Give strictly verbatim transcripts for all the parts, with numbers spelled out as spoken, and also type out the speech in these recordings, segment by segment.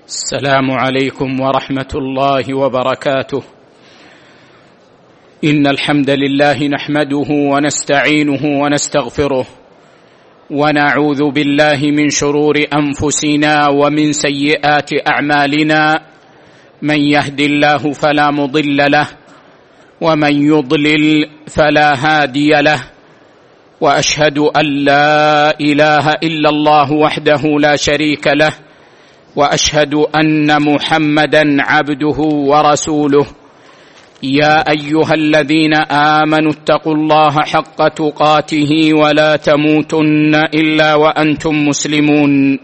السلام عليكم ورحمة الله وبركاته. إن الحمد لله نحمده ونستعينه ونستغفره ونعوذ بالله من شرور أنفسنا ومن سيئات أعمالنا، من يهد الله فلا مضل له ومن يضلل فلا هادي له، وأشهد أن لا إله إلا الله وحده لا شريك له، وأشهد أن محمدًا عبده ورسوله. يا أيها الذين آمنوا اتقوا الله حق تقاته ولا تموتن إلا وأنتم مسلمون.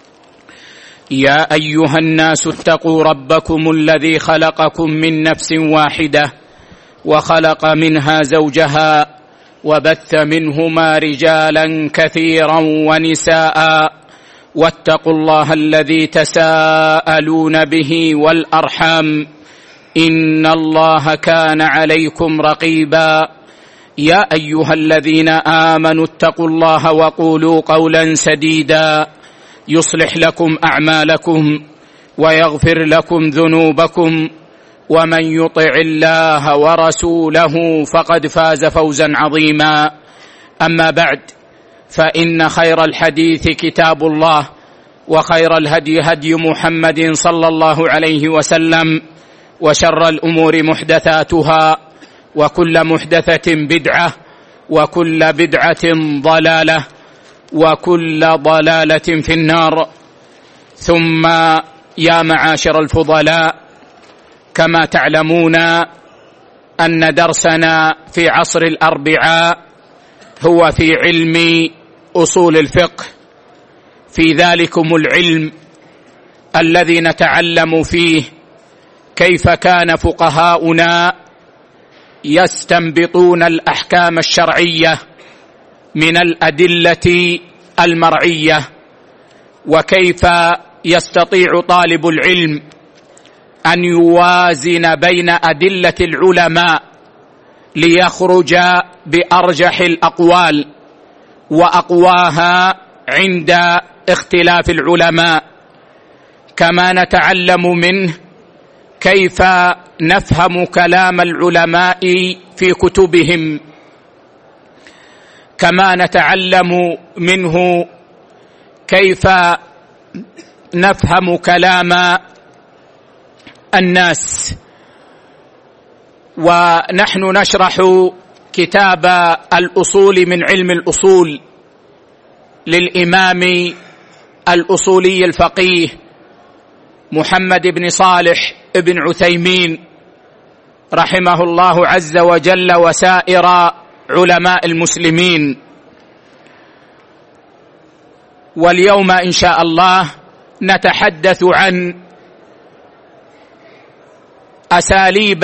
يا أيها الناس اتقوا ربكم الذي خلقكم من نفس واحدة وخلق منها زوجها وبث منهما رجالا كثيرا ونساء، واتقوا الله الذي تساءلون به والأرحام إن الله كان عليكم رقيبا. يا أيها الذين آمنوا اتقوا الله وقولوا قولا سديدا يصلح لكم أعمالكم ويغفر لكم ذنوبكم، ومن يطع الله ورسوله فقد فاز فوزا عظيما. أما بعد، فإن خير الحديث كتاب الله، وخير الهدي هدي محمد صلى الله عليه وسلم، وشر الأمور محدثاتها، وكل محدثة بدعة، وكل بدعة ضلالة، وكل ضلالة في النار. ثم يا معاشر الفضلاء، كما تعلمون أن درسنا في عصر الأربعاء هو في علم أصول الفقه، في ذلكم العلم الذي نتعلم فيه كيف كان فقهاؤنا يستنبطون الأحكام الشرعية من الأدلة المرعية، وكيف يستطيع طالب العلم أن يوازن بين أدلة العلماء ليخرج بأرجح الأقوال وأقواها عند اختلاف العلماء. كما نتعلم منه كيف نفهم كلام العلماء في كتبهم، كما نتعلم منه كيف نفهم كلام الناس. ونحن نشرح كتاب الأصول من علم الأصول للإمام الأصولي الفقيه محمد بن صالح بن عثيمين رحمه الله عز وجل، وسائر علماء المسلمين. واليوم إن شاء الله نتحدث عن أساليب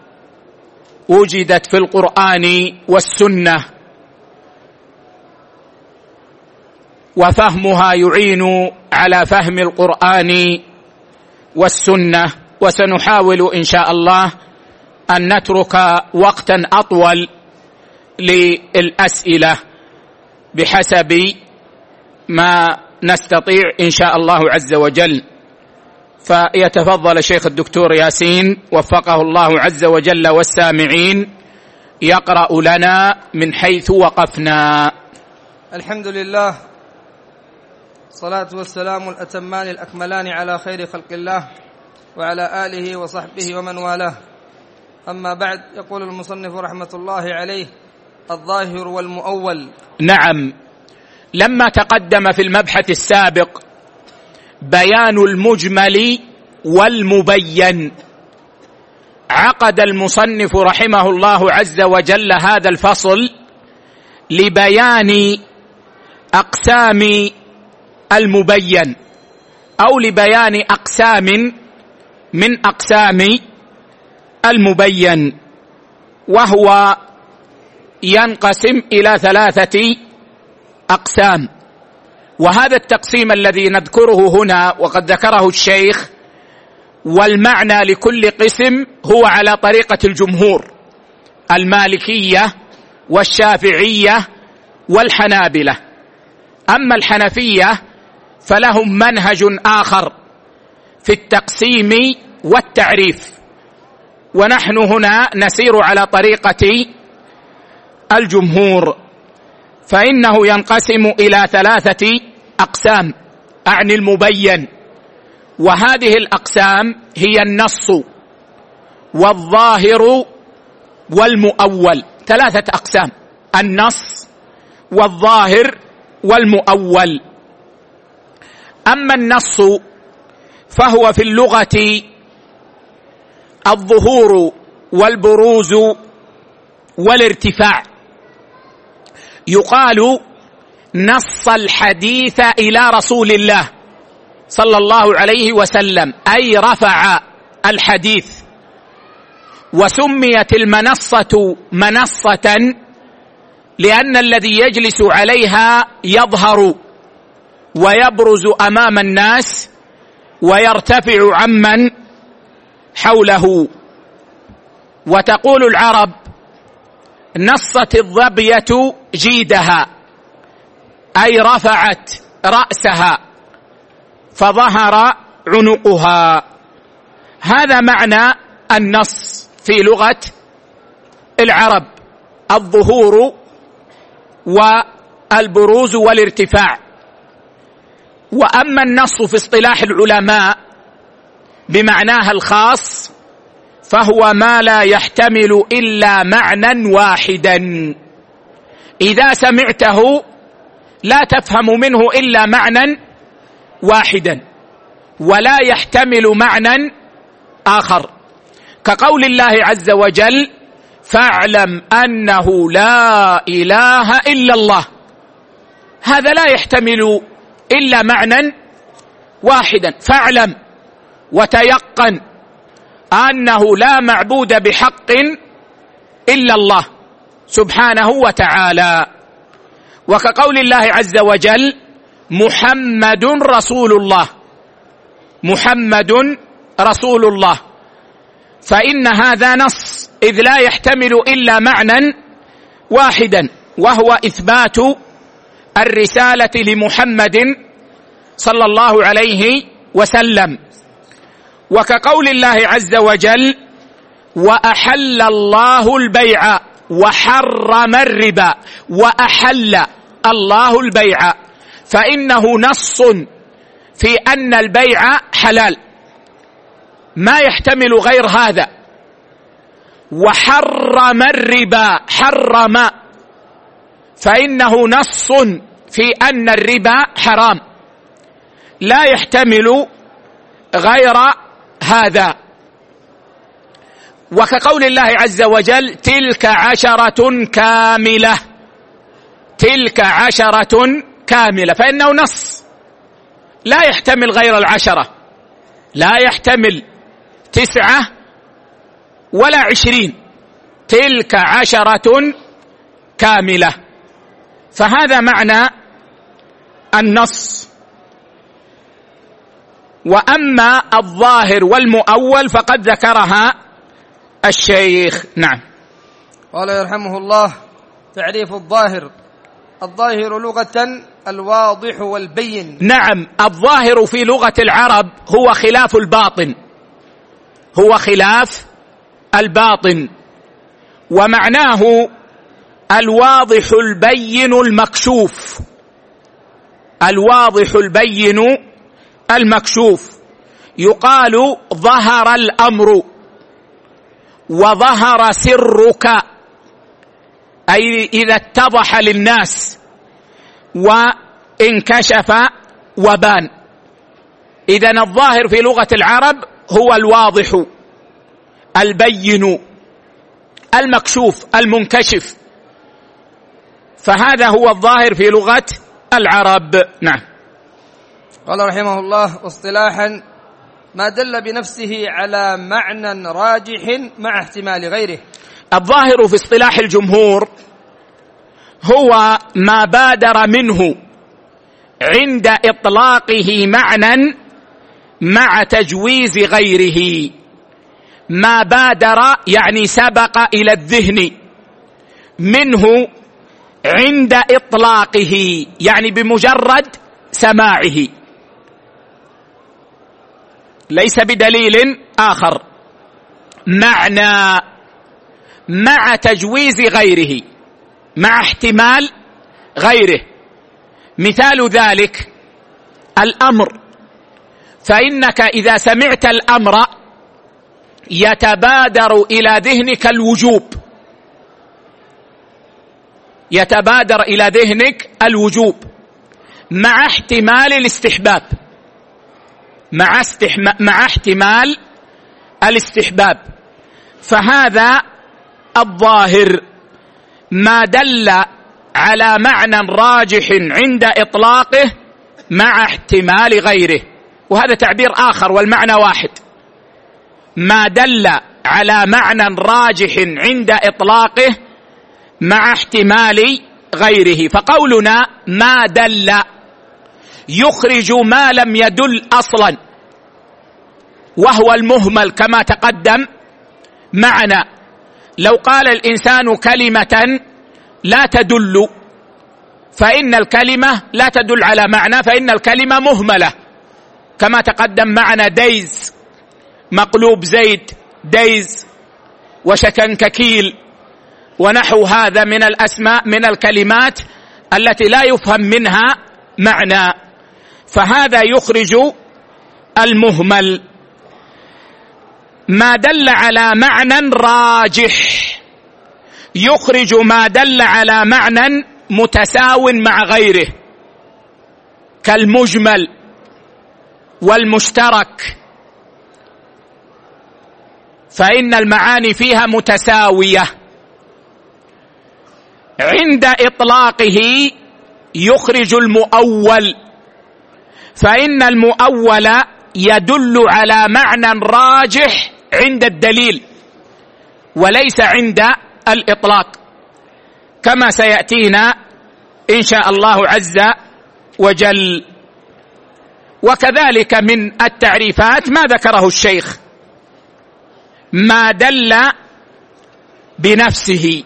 وجدت في القرآن والسنة، وفهمها يعين على فهم القرآن والسنة. وسنحاول إن شاء الله أن نترك وقتا أطول للأسئلة بحسب ما نستطيع إن شاء الله عز وجل. فيتفضل الشيخ الدكتور ياسين وفقه الله عز وجل والسامعين يقرأ لنا من حيث وقفنا. الحمد لله، الصلاة والسلام الأتمان الأكملان على خير خلق الله وعلى آله وصحبه ومن والاه. أما بعد، يقول المصنف رحمة الله عليه: الظاهر والمؤول. نعم، لما تقدم في المبحث السابق بيان المجمل والمبين، عقد المصنف رحمه الله عز وجل هذا الفصل لبيان أقسام المبين، أو لبيان أقسام من أقسام المبين، وهو ينقسم إلى ثلاثة أقسام. وهذا التقسيم الذي نذكره هنا وقد ذكره الشيخ، والمعنى لكل قسم هو على طريقة الجمهور: المالكية والشافعية والحنابلة. أما الحنفية فلهم منهج آخر في التقسيم والتعريف، ونحن هنا نسير على طريقة الجمهور، فإنه ينقسم إلى ثلاثة أقسام، أعني المبين، وهذه الأقسام هي النص والظاهر والمؤول، ثلاثة أقسام: النص والظاهر والمؤول. أما النص فهو في اللغة الظهور والبروز والارتفاع. يقال نص الحديث إلى رسول الله صلى الله عليه وسلم، أي رفع الحديث. وسميت المنصة منصة لأن الذي يجلس عليها يظهر ويبرز أمام الناس ويرتفع عمن حوله. وتقول العرب: نصت الظبية جيدها، أي رفعت رأسها فظهر عنقها. هذا معنى النص في لغة العرب: الظهور والبروز والارتفاع. وأما النص في اصطلاح العلماء بمعناها الخاص فهو ما لا يحتمل إلا معنى واحدا، إذا سمعته لا تفهم منه إلا معنى واحدا ولا يحتمل معنى آخر، كقول الله عز وجل: فاعلم أنه لا إله إلا الله. هذا لا يحتمل إلا معنى واحدا: فاعلم وتيقن أنه لا معبود بحق إلا الله سبحانه وتعالى. وكقول الله عز وجل: محمد رسول الله، محمد رسول الله، فإن هذا نص، إذ لا يحتمل إلا معنى واحدا، وهو إثبات الرسالة لمحمد صلى الله عليه وسلم. وكقول الله عز وجل: وأحل الله البيع وحرم الربا. وأحل الله البيع، فإنه نص في أن البيع حلال، ما يحتمل غير هذا. وحرم الربا، حرم، فإنه نص في أن الربا حرام، لا يحتمل غير هذا. وكقول الله عز وجل: تلك عشرة كاملة، تلك عشرة كاملة، فإنه نص لا يحتمل غير العشرة، لا يحتمل تسعة ولا عشرين، تلك عشرة كاملة. فهذا معنى النص. وأما الظاهر والمؤول فقد ذكرها الشيخ. نعم. قال يرحمه الله: تعريف الظاهر: الظاهر لغة الواضح والبين. نعم، الظاهر في لغة العرب هو خلاف الباطن، هو خلاف الباطن، ومعناه الواضح البين المكشوف، الواضح البين المكشوف. يقال: ظهر الأمر، وظهر سرك، أي إذا اتضح للناس وانكشف وبان. إذن الظاهر في لغة العرب هو الواضح البين المكشوف المنكشف، فهذا هو الظاهر في لغة العرب. نعم. قال رحمه الله: واصطلاحا ما دل بنفسه على معنى راجح مع احتمال غيره. الظاهر في اصطلاح الجمهور هو ما بادر منه عند إطلاقه معنى مع تجويز غيره، ما بادر يعني سبق إلى الذهن منه عند إطلاقه، يعني بمجرد سماعه. ليس بدليل آخر، معنى مع تجويز غيره، مع احتمال غيره. مثال ذلك الأمر، فإنك إذا سمعت الأمر يتبادر إلى ذهنك الوجوب، يتبادر إلى ذهنك الوجوب مع احتمال الاستحباب، مع, استحم... مع احتمال الاستحباب. فهذا الظاهر ما دل على معنى راجح عند إطلاقه مع احتمال غيره، وهذا تعبير آخر والمعنى واحد. ما دل على معنى راجح عند إطلاقه مع احتمال غيره. فقولنا ما دل يخرج ما لم يدل أصلا، وهو المهمل كما تقدم معنا. لو قال الإنسان كلمة لا تدل، فإن الكلمة لا تدل على معنى، فإن الكلمة مهملة كما تقدم معنا. ديز مقلوب زيد ديز، وشكنككيل ونحو هذا من الأسماء من الكلمات التي لا يفهم منها معنى، فهذا يخرج المهمل. ما دل على معنى راجح يخرج ما دل على معنى متساو مع غيره، كالمجمل والمشترك، فإن المعاني فيها متساوية. عند إطلاقه يخرج المؤول، فإن المؤول يدل على معنى راجح عند الدليل وليس عند الإطلاق، كما سيأتينا إن شاء الله عز وجل. وكذلك من التعريفات ما ذكره الشيخ، ما دل بنفسه،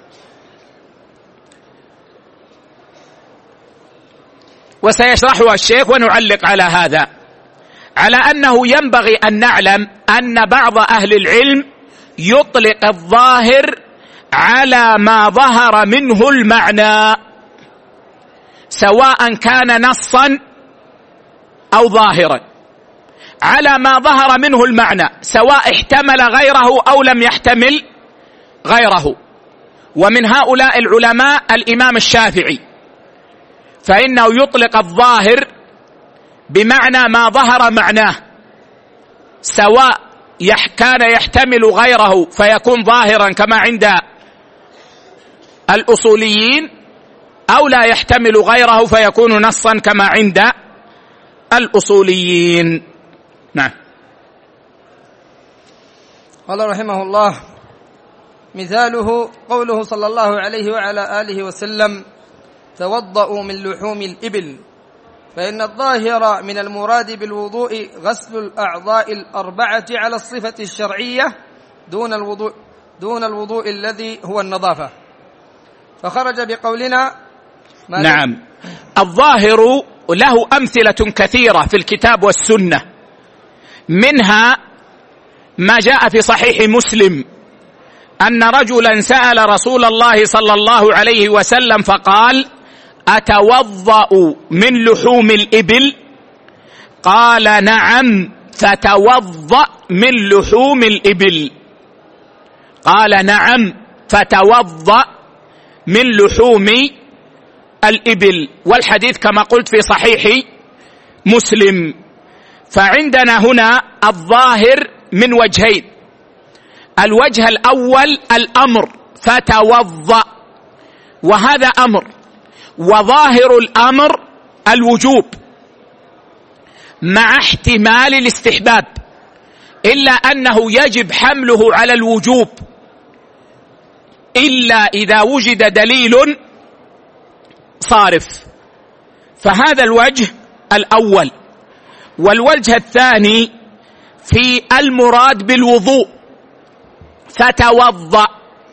وسيشرحها الشيخ ونعلق على هذا، على أنه ينبغي أن نعلم أن بعض أهل العلم يطلق الظاهر على ما ظهر منه المعنى، سواء كان نصا أو ظاهرا، على ما ظهر منه المعنى سواء احتمل غيره أو لم يحتمل غيره. ومن هؤلاء العلماء الإمام الشافعي، فإنه يطلق الظاهر بمعنى ما ظهر معناه، سواء كان يحتمل غيره فيكون ظاهرا كما عند الأصوليين، أو لا يحتمل غيره فيكون نصا كما عند الأصوليين. نعم. قال رحمه الله: مثاله قوله صلى الله عليه وعلى آله وسلم: توضؤوا من لحوم الإبل، فإن الظاهر من المراد بالوضوء غسل الأعضاء الأربعة على الصفة الشرعية دون الوضوء دون الوضوء الذي هو النظافة. فخرج بقولنا ما نعم. الظاهر له أمثلة كثيرة في الكتاب والسنة، منها ما جاء في صحيح مسلم أن رجلا سأل رسول الله صلى الله عليه وسلم فقال: أتوضأ من لحوم الإبل؟ قال: نعم، فتوضأ من لحوم الإبل. قال: نعم، فتوضأ من لحوم الإبل. والحديث كما قلت في صحيح مسلم. فعندنا هنا الظاهر من وجهين: الوجه الأول الأمر، فتوضأ، وهذا أمر، وظاهر الأمر الوجوب مع احتمال الاستحباب، إلا أنه يجب حمله على الوجوب إلا إذا وجد دليل صارف. فهذا الوجه الأول. والوجه الثاني في المراد بالوضوء، فتوضأ،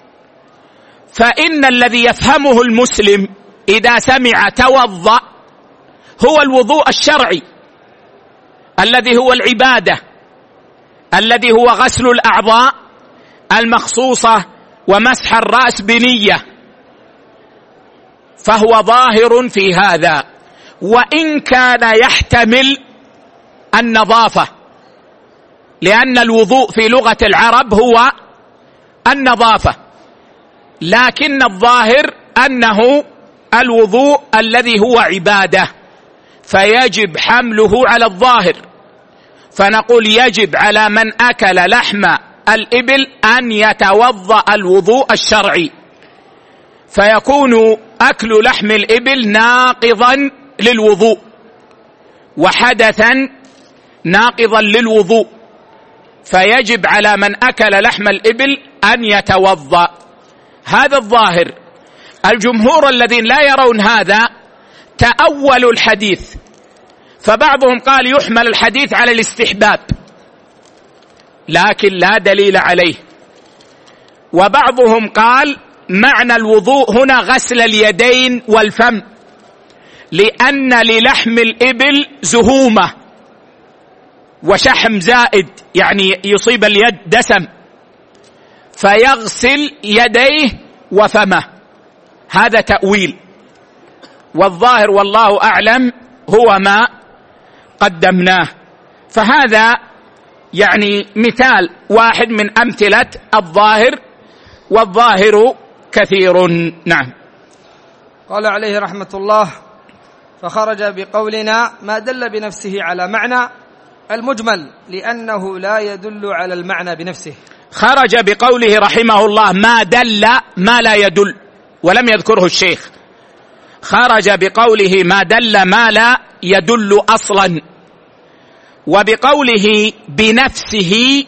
فإن الذي يفهمه المسلم إذا سمع توضأ هو الوضوء الشرعي الذي هو العبادة الذي هو غسل الأعضاء المخصوصة ومسح الرأس بنية، فهو ظاهر في هذا، وإن كان يحتمل النظافة، لأن الوضوء في لغة العرب هو النظافة، لكن الظاهر أنه الوضوء الذي هو عبادة، فيجب حمله على الظاهر، فنقول يجب على من أكل لحم الإبل أن يتوضأ الوضوء الشرعي، فيكون أكل لحم الإبل ناقضا للوضوء وحدثا ناقضا للوضوء، فيجب على من أكل لحم الإبل أن يتوضأ. هذا الظاهر. الجمهور الذين لا يرون هذا تأولوا الحديث، فبعضهم قال يحمل الحديث على الاستحباب لكن لا دليل عليه، وبعضهم قال معنى الوضوء هنا غسل اليدين والفم، لأن للحم الإبل زهومة وشحم زائد، يعني يصيب اليد دسم، فيغسل يديه وفمه. هذا تأويل، والظاهر والله أعلم هو ما قدمناه. فهذا يعني مثال واحد من أمثلة الظاهر، والظاهر كثير. نعم. قال عليه رحمة الله: فخرج بقولنا ما دل بنفسه على معنى المجمل، لأنه لا يدل على المعنى بنفسه. خرج بقوله رحمه الله ما دل ما لا يدل، ولم يذكره الشيخ. خرج بقوله ما دل ما لا يدل أصلا، وبقوله بنفسه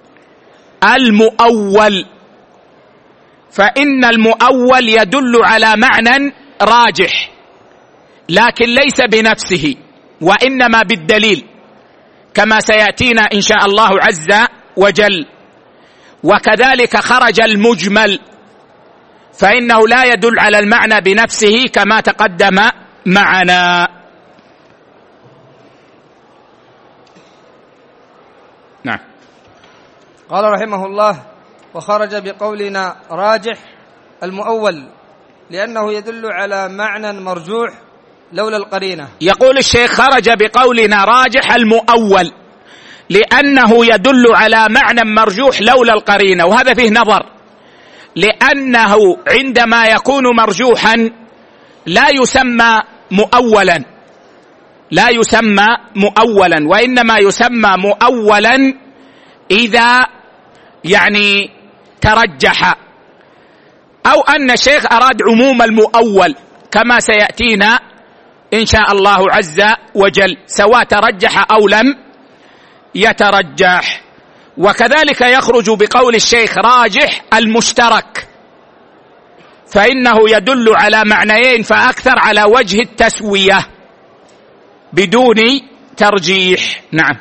المؤول، فإن المؤول يدل على معنى راجح لكن ليس بنفسه، وإنما بالدليل، كما سيأتينا إن شاء الله عز وجل. وكذلك خرج المجمل، فإنه لا يدل على المعنى بنفسه كما تقدم معنا. نعم. قال رحمه الله: وخرج بقولنا راجح المؤول، لأنه يدل على معنى مرجوح لولا القرينة. يقول الشيخ خرج بقولنا راجح المؤول، لأنه يدل على معنى مرجوح لولا القرينة، وهذا فيه نظر، لأنه عندما يكون مرجوحا لا يسمى مؤولا، لا يسمى مؤولا، وإنما يسمى مؤولا إذا يعني ترجح، أو أن الشيخ أراد عموم المؤول كما سيأتينا إن شاء الله عز وجل، سواء ترجح أو لم يترجح. وكذلك يخرج بقول الشيخ راجح المشترك، فإنه يدل على معنيين فأكثر على وجه التسوية بدون ترجيح. نعم.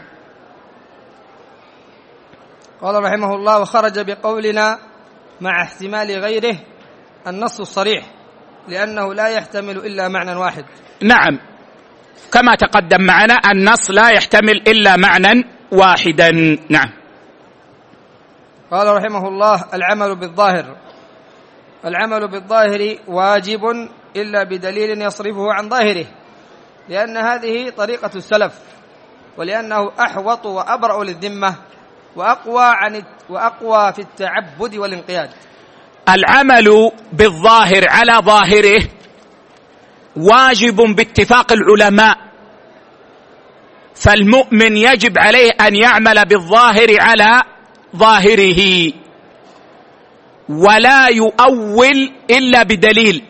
قال رحمه الله: وخرج بقولنا مع احتمال غيره النص الصريح، لأنه لا يحتمل إلا معنى واحد. نعم، كما تقدم معنا النص لا يحتمل إلا معنى واحدا. نعم. قال رحمه الله: العمل بالظاهر. العمل بالظاهر واجب إلا بدليل يصرفه عن ظاهره، لأن هذه طريقة السلف، ولأنه أحوط وأبرأ للذمة وأقوى عن وأقوى في التعبد والانقياد. العمل بالظاهر على ظاهره واجب باتفاق العلماء، فالمؤمن يجب عليه أن يعمل بالظاهر على ظاهره، ولا يؤول إلا بدليل،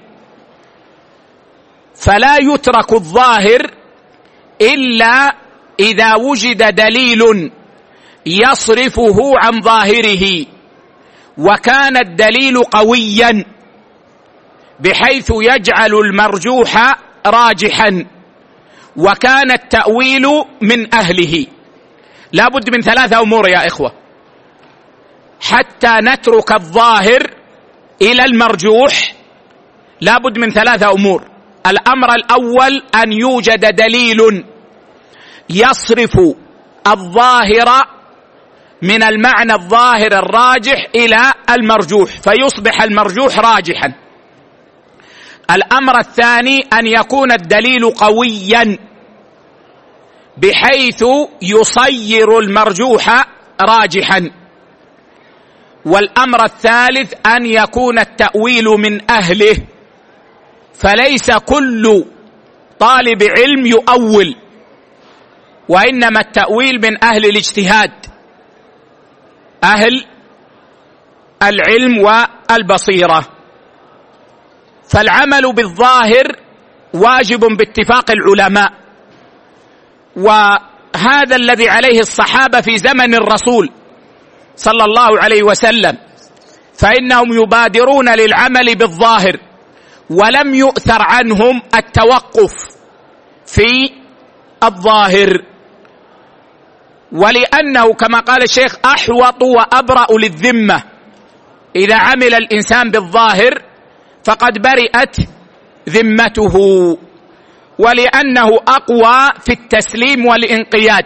فلا يترك الظاهر إلا إذا وجد دليل يصرفه عن ظاهره، وكان الدليل قويا بحيث يجعل المرجوح راجحا، وكان التأويل من أهله. لا بد من ثلاثة أمور يا إخوة حتى نترك الظاهر إلى المرجوح، لا بد من ثلاثة أمور. الأمر الأول أن يوجد دليل يصرف الظاهر من المعنى الظاهر الراجح إلى المرجوح، فيصبح المرجوح راجحا. الأمر الثاني أن يكون الدليل قويا بحيث يصير المرجوح راجحا. والأمر الثالث أن يكون التأويل من أهله، فليس كل طالب علم يؤول، وإنما التأويل من أهل الاجتهاد، أهل العلم والبصيرة. فالعمل بالظاهر واجب باتفاق العلماء، وهذا الذي عليه الصحابة في زمن الرسول صلى الله عليه وسلم، فإنهم يبادرون للعمل بالظاهر، ولم يؤثر عنهم التوقف في الظاهر، ولأنه كما قال الشيخ أحوط وأبرأ للذمة. إذا عمل الإنسان بالظاهر فقد برئت ذمته، ولأنه أقوى في التسليم والانقياد،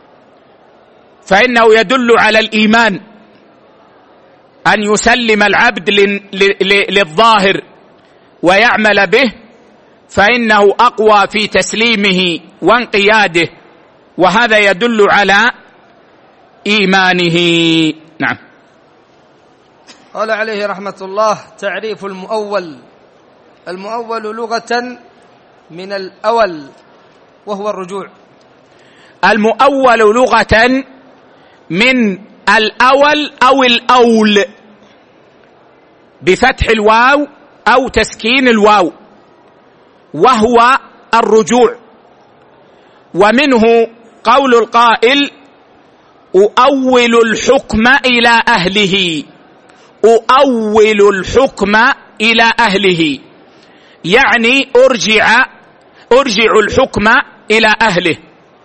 فإنه يدل على الإيمان أن يسلم العبد للظاهر ويعمل به، فإنه أقوى في تسليمه وانقياده، وهذا يدل على إيمانه. نعم. قال عليه رحمة الله: تعريف المؤول: المؤول لغة من الأول وهو الرجوع. المؤول لغة من الأول أو الأول بفتح الواو أو تسكين الواو، وهو الرجوع. ومنه قول القائل: أؤول الحكم إلى أهله، أؤول الحكم إلى أهله، يعني أرجع أرجع الحكم إلى أهله،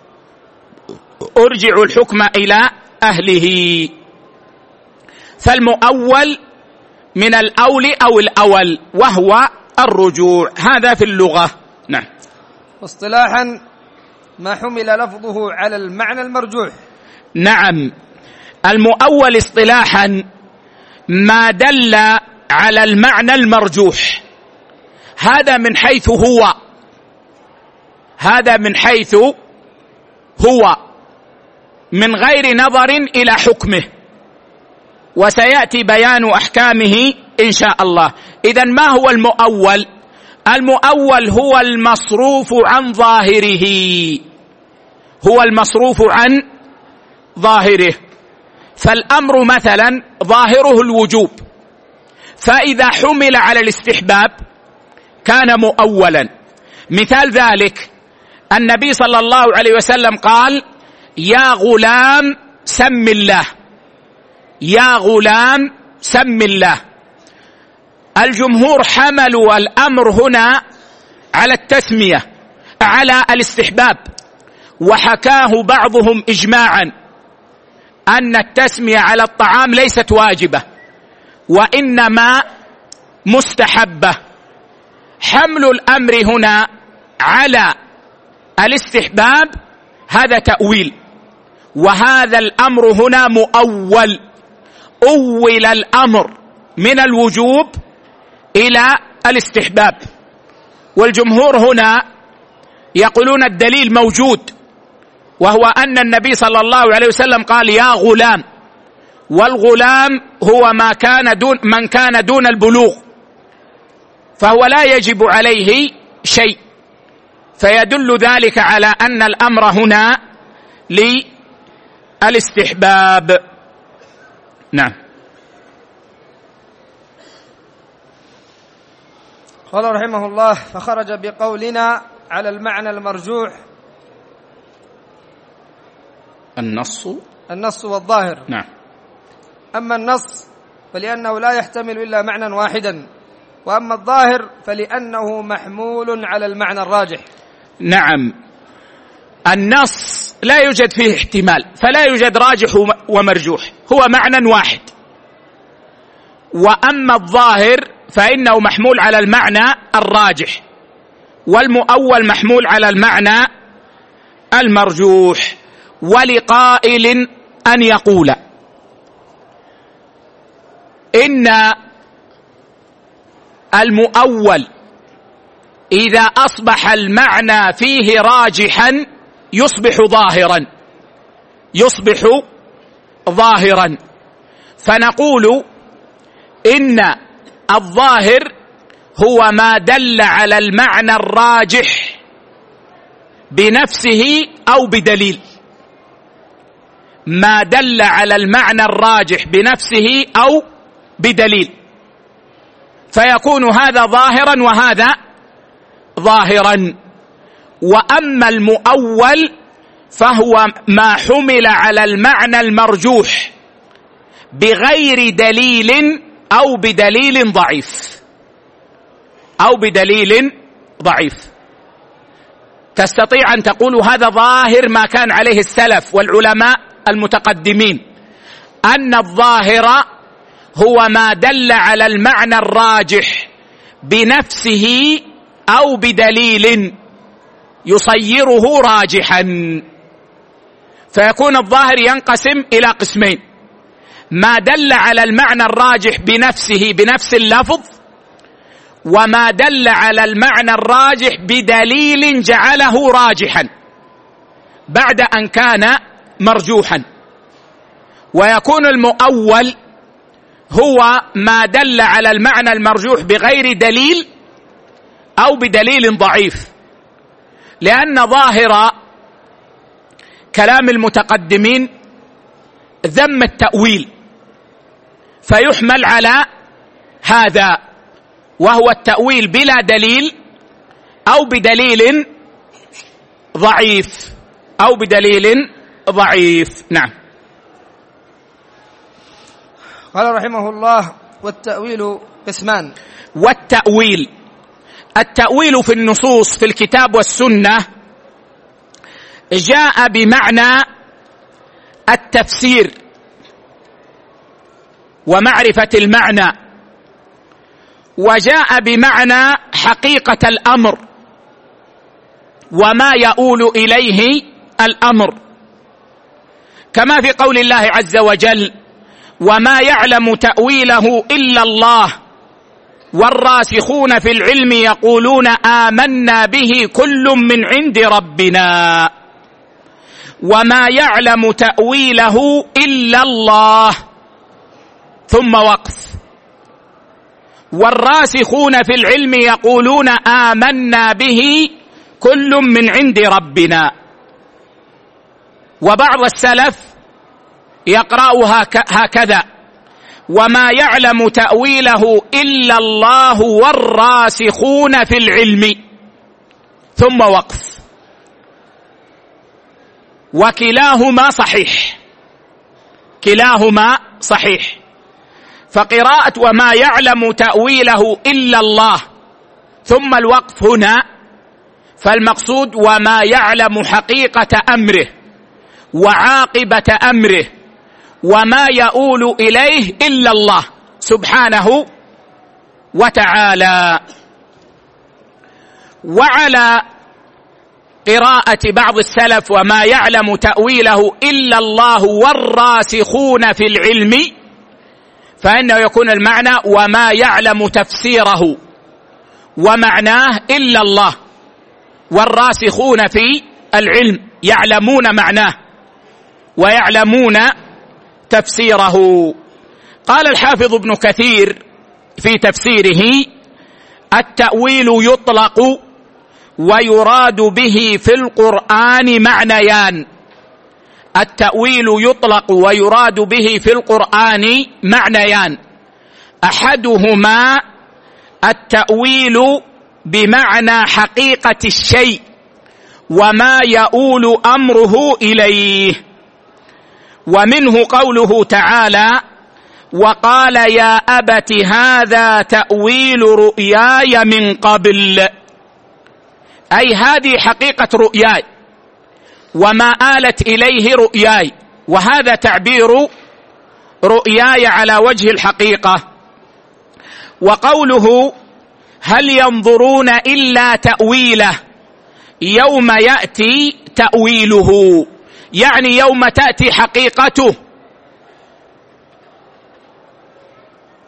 أرجع الحكم إلى أهله. فالمؤول من الأول أو الأول وهو الرجوع، هذا في اللغة. نعم. واصطلاحا ما حمل لفظه على المعنى المرجوح. نعم، المؤول اصطلاحا ما دل على المعنى المرجوح، هذا من حيث هو هذا من حيث هو من غير نظر إلى حكمه، وسيأتي بيان أحكامه إن شاء الله. إذن ما هو المؤول؟ المؤول هو المصروف عن ظاهره، هو المصروف عن ظاهره. فالأمر مثلا ظاهره الوجوب، فإذا حمل على الاستحباب كان مؤولا. مثال ذلك النبي صلى الله عليه وسلم قال: يا غلام سم الله، يا غلام سم الله. الجمهور حملوا الأمر هنا على التسمية، على الاستحباب، وحكاه بعضهم إجماعا أن التسمية على الطعام ليست واجبة وإنما مستحبة. حمل الأمر هنا على الاستحباب هذا تأويل، وهذا الأمر هنا مؤول، أول الأمر من الوجوب إلى الاستحباب. والجمهور هنا يقولون الدليل موجود، وهو أن النبي صلى الله عليه وسلم قال: يا غلام، والغلام هو ما كان دون من كان دون البلوغ، فهو لا يجب عليه شيء، فيدل ذلك على أن الأمر هنا للاستحباب. نعم. قال رحمه الله: فخرج بقولنا على المعنى المرجوح النص النص والظاهر. نعم. أما النص فلأنه لا يحتمل إلا معنى واحدا، وأما الظاهر فلأنه محمول على المعنى الراجح. نعم، النص لا يوجد فيه احتمال، فلا يوجد راجح ومرجوح، هو معنى واحد. وأما الظاهر فإنه محمول على المعنى الراجح، والمؤول محمول على المعنى المرجوح. ولقائل أن يقول، إن المؤول إذا أصبح المعنى فيه راجحا يصبح ظاهرا يصبح ظاهرا فنقول إن الظاهر هو ما دل على المعنى الراجح بنفسه أو بدليل، ما دل على المعنى الراجح بنفسه أو بدليل، فيكون هذا ظاهرا وهذا ظاهرا. وأما المؤول فهو ما حمل على المعنى المرجوح بغير دليل أو بدليل ضعيف أو بدليل ضعيف. تستطيع أن تقول هذا ظاهر ما كان عليه السلف والعلماء المتقدمين، أن الظاهر هو ما دل على المعنى الراجح بنفسه أو بدليل يصيره راجحا. فيكون الظاهر ينقسم إلى قسمين: ما دل على المعنى الراجح بنفسه بنفس اللفظ، وما دل على المعنى الراجح بدليل جعله راجحا بعد أن كان مرجوحا. ويكون المؤول هو ما دل على المعنى المرجوح بغير دليل أو بدليل ضعيف، لأن ظاهر كلام المتقدمين ذم التأويل، فيحمل على هذا، وهو التأويل بلا دليل أو بدليل ضعيف أو بدليل ضعيف. نعم. قال رحمه الله: والتأويل قسمان. والتأويل التأويل في النصوص في الكتاب والسنة جاء بمعنى التفسير ومعرفة المعنى، وجاء بمعنى حقيقة الأمر وما يؤول إليه الأمر، كما في قول الله عز وجل: وما يعلم تأويله إلا الله والراسخون في العلم يقولون آمنا به كل من عند ربنا. وما يعلم تأويله إلا الله، ثم وقف. والراسخون في العلم يقولون آمنا به كل من عند ربنا. وبعض السلف يقرأها هكذا: وما يعلم تأويله إلا الله والراسخون في العلم، ثم وقف. وكلاهما صحيح، كلاهما صحيح. فقراءة وما يعلم تأويله إلا الله ثم الوقف هنا، فالمقصود وما يعلم حقيقة أمره وعاقبة أمره وما يؤول إليه إلا الله سبحانه وتعالى. وعلى قراءة بعض السلف وما يعلم تأويله إلا الله والراسخون في العلم، فإنه يكون المعنى وما يعلم تفسيره ومعناه إلا الله، والراسخون في العلم يعلمون معناه ويعلمون تفسيره. قال الحافظ ابن كثير في تفسيره: التأويل يطلق ويراد به في القرآن معنيان. التأويل يطلق ويراد به في القرآن معنيان: أحدهما التأويل بمعنى حقيقة الشيء وما يؤول أمره إليه، ومنه قوله تعالى: وقال يا أبت هذا تأويل رؤياي من قبل، أي هذه حقيقة رؤياي وما آلت إليه رؤياي، وهذا تعبير رؤياي على وجه الحقيقة. وقوله هل ينظرون إلا تأويله يوم يأتي تأويله، يعني يوم تأتي حقيقته.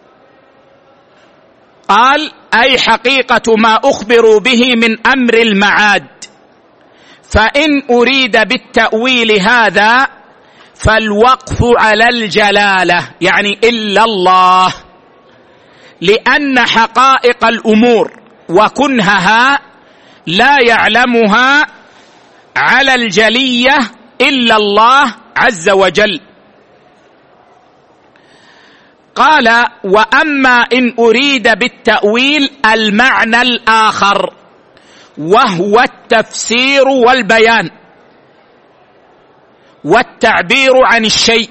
قال أي حقيقة ما أخبروا به من أمر المعاد. فإن أريد بالتأويل هذا فالوقف على الجلالة، يعني إلا الله، لأن حقائق الأمور وكنهها لا يعلمها على الجلية إلا الله عز وجل. قال: وأما إن أريد بالتأويل المعنى الآخر وهو التفسير والبيان والتعبير عن الشيء،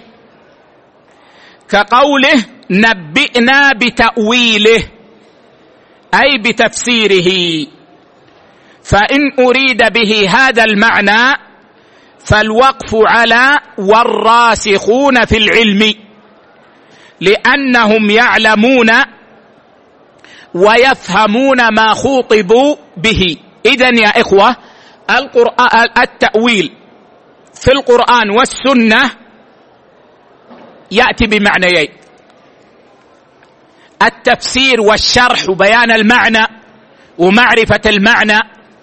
كقوله: نبئنا بتأويله، أي بتفسيره. فإن أريد به هذا المعنى فالوقف على والراسخون في العلم، لأنهم يعلمون ويفهمون ما خوطبوا به. إذن يا إخوة، القرآن التأويل في القرآن والسنة يأتي بمعنيين: التفسير والشرح وبيان المعنى ومعرفة المعنى،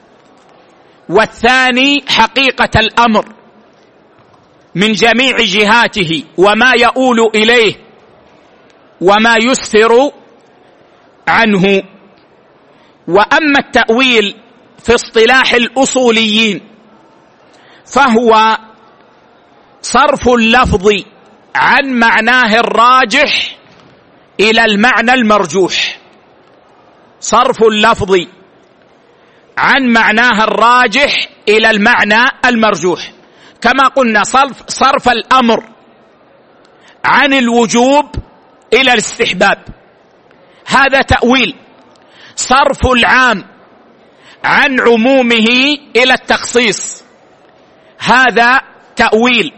والثاني حقيقة الأمر من جميع جهاته وما يؤول إليه وما يسفر عنه. وأما التأويل في اصطلاح الأصوليين فهو صرف اللفظ عن معناه الراجح إلى المعنى المرجوح، صرف اللفظ عن معناه الراجح إلى المعنى المرجوح، كما قلنا صرف, صرف الأمر عن الوجوب إلى الاستحباب، هذا تأويل. صرف العام عن عمومه إلى التخصيص، هذا تأويل.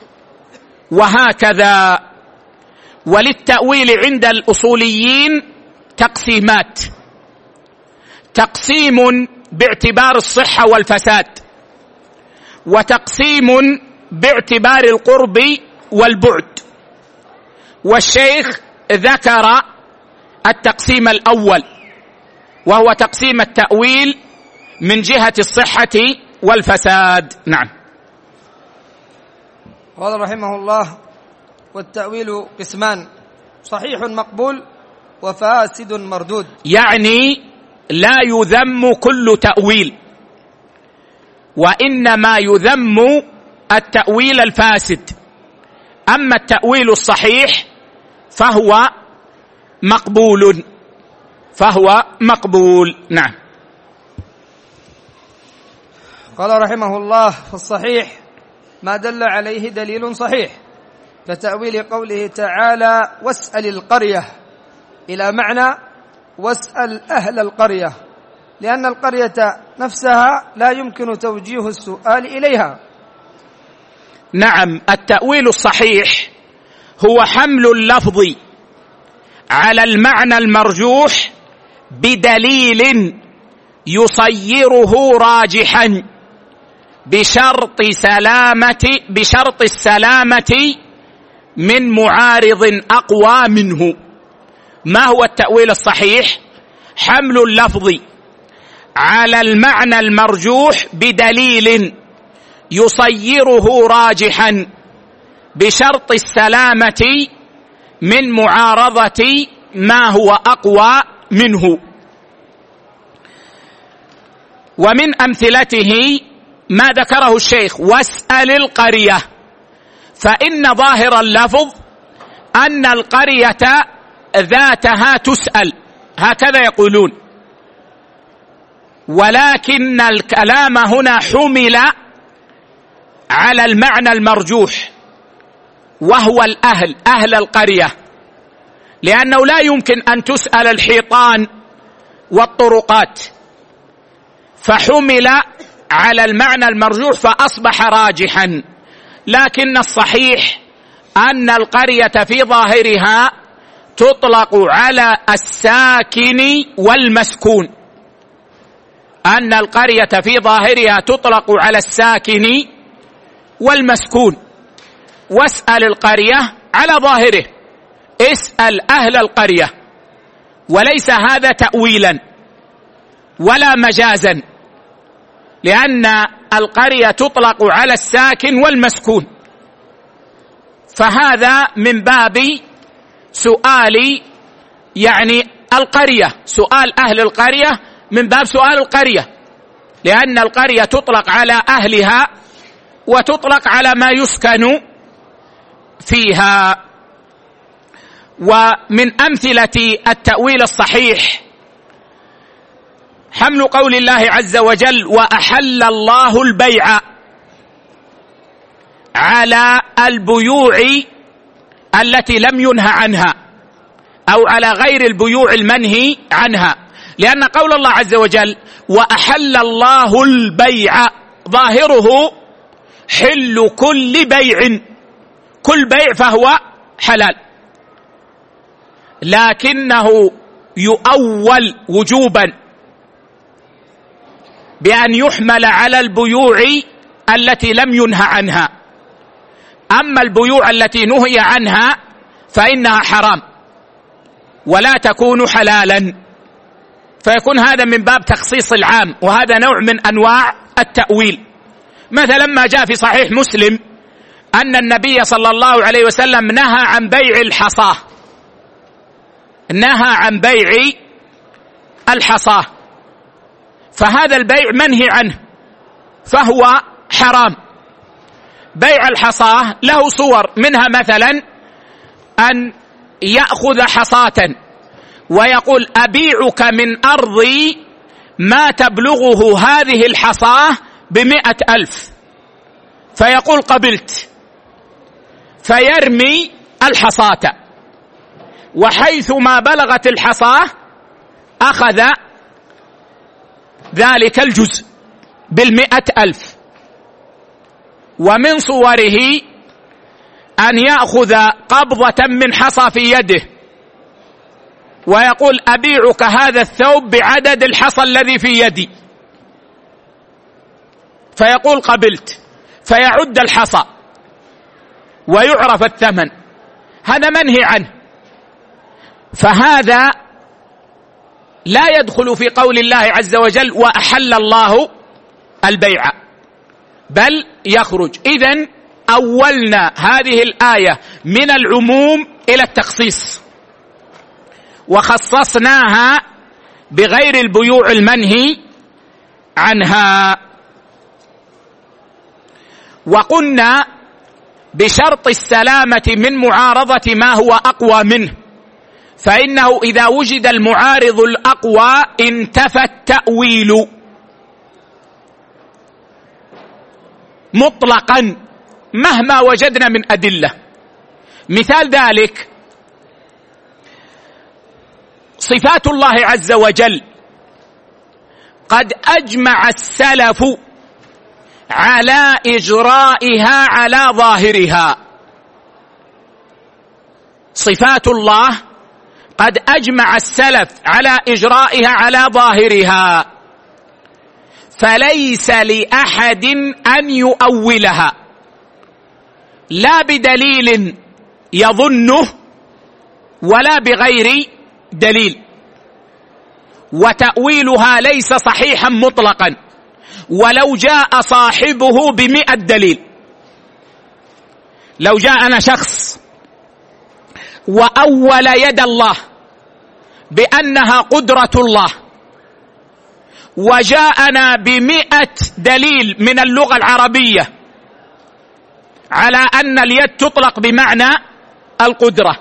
وهكذا. وللتأويل عند الأصوليين تقسيمات: تقسيم باعتبار الصحة والفساد، وتقسيم باعتبار القرب والبعد. والشيخ ذكر التقسيم الأول وهو تقسيم التأويل من جهة الصحة والفساد. نعم. قال رحمه الله: والتأويل قسمان: صحيح مقبول وفاسد مردود. يعني لا يذم كل تأويل، وإنما يذم التأويل الفاسد. أما التأويل الصحيح فهو مقبول، فهو مقبول. نعم. قال رحمه الله: في الصحيح ما دل عليه دليل صحيح، كتأويل قوله تعالى: واسأل القرية، إلى معنى واسأل أهل القرية، لأن القرية نفسها لا يمكن توجيه السؤال إليها. نعم. التأويل الصحيح هو حمل اللفظ على المعنى المرجوح بدليل يصيره راجحا بشرط سلامة بشرط السلامة من معارض أقوى منه. ما هو التأويل الصحيح؟ حمل اللفظ على المعنى المرجوح بدليل يصيره راجحا بشرط السلامة من معارضة ما هو أقوى منه. ومن أمثلته ما ذكره الشيخ: واسأل القرية، فإن ظاهر اللفظ أن القرية ذاتها تسأل، هكذا يقولون، ولكن الكلام هنا حمل على المعنى المرجوح وهو الأهل، أهل القرية، لأنه لا يمكن أن تسأل الحيطان والطرقات، فحمل على المعنى المرجوح فأصبح راجحا. لكن الصحيح أن القرية في ظاهرها تطلق على الساكن والمسكون، أن القرية في ظاهرها تطلق على الساكن والمسكون. واسأل القرية على ظاهره، اسأل أهل القرية، وليس هذا تأويلا ولا مجازا، لأن القرية تطلق على الساكن والمسكون، فهذا من باب سؤال يعني القرية، سؤال أهل القرية من باب سؤال القرية، لأن القرية تطلق على أهلها وتطلق على ما يسكن فيها. ومن أمثلة التأويل الصحيح حمل قول الله عز وجل: وأحل الله البيع، على البيوع التي لم ينهى عنها أو على غير البيوع المنهي عنها، لأن قول الله عز وجل وأحل الله البيع ظاهره حل كل بيع، كل بيع فهو حلال، لكنه يؤول وجوبا بأن يحمل على البيوع التي لم ينهى عنها، أما البيوع التي نهي عنها فإنها حرام ولا تكون حلالا، فيكون هذا من باب تخصيص العام، وهذا نوع من أنواع التأويل. مثلا ما جاء في صحيح مسلم أن النبي صلى الله عليه وسلم نهى عن بيع الحصاه، نهى عن بيع الحصاه، فهذا البيع منهي عنه فهو حرام. بيع الحصاه له صور، منها مثلا أن يأخذ حصاة ويقول أبيعك من أرضي ما تبلغه هذه الحصاه بمئة ألف، فيقول قبلت، فيرمي الحصاة، وحيث ما بلغت الحصاه أخذ ذلك الجزء بالمئة ألف. ومن صوره أن يأخذ قبضة من حصى في يده ويقول أبيعك هذا الثوب بعدد الحصى الذي في يدي، فيقول قبلت، فيعد الحصى ويعرف الثمن، هذا منهي عنه، فهذا لا يدخل في قول الله عز وجل وأحل الله البيع، بل يخرج. إذن أولنا هذه الآية من العموم إلى التخصيص، وخصصناها بغير البيوع المنهي عنها، وقلنا بشرط السلامة من معارضة ما هو أقوى منه، فإنه إذا وجد المعارض الأقوى انتفى التأويل مطلقا مهما وجدنا من أدلة. مثال ذلك صفات الله عز وجل، قد أجمع السلف على إجرائها على ظاهرها. صفات الله قد أجمع السلف على إجرائها على ظاهرها، فليس لأحد أن يؤولها لا بدليل يظنه ولا بغير دليل، وتأويلها ليس صحيحا مطلقا ولو جاء صاحبه بمئة دليل. لو جاءنا شخص وأول يد الله بأنها قدرة الله، وجاءنا بمئة دليل من اللغة العربية على أن اليد تطلق بمعنى القدرة،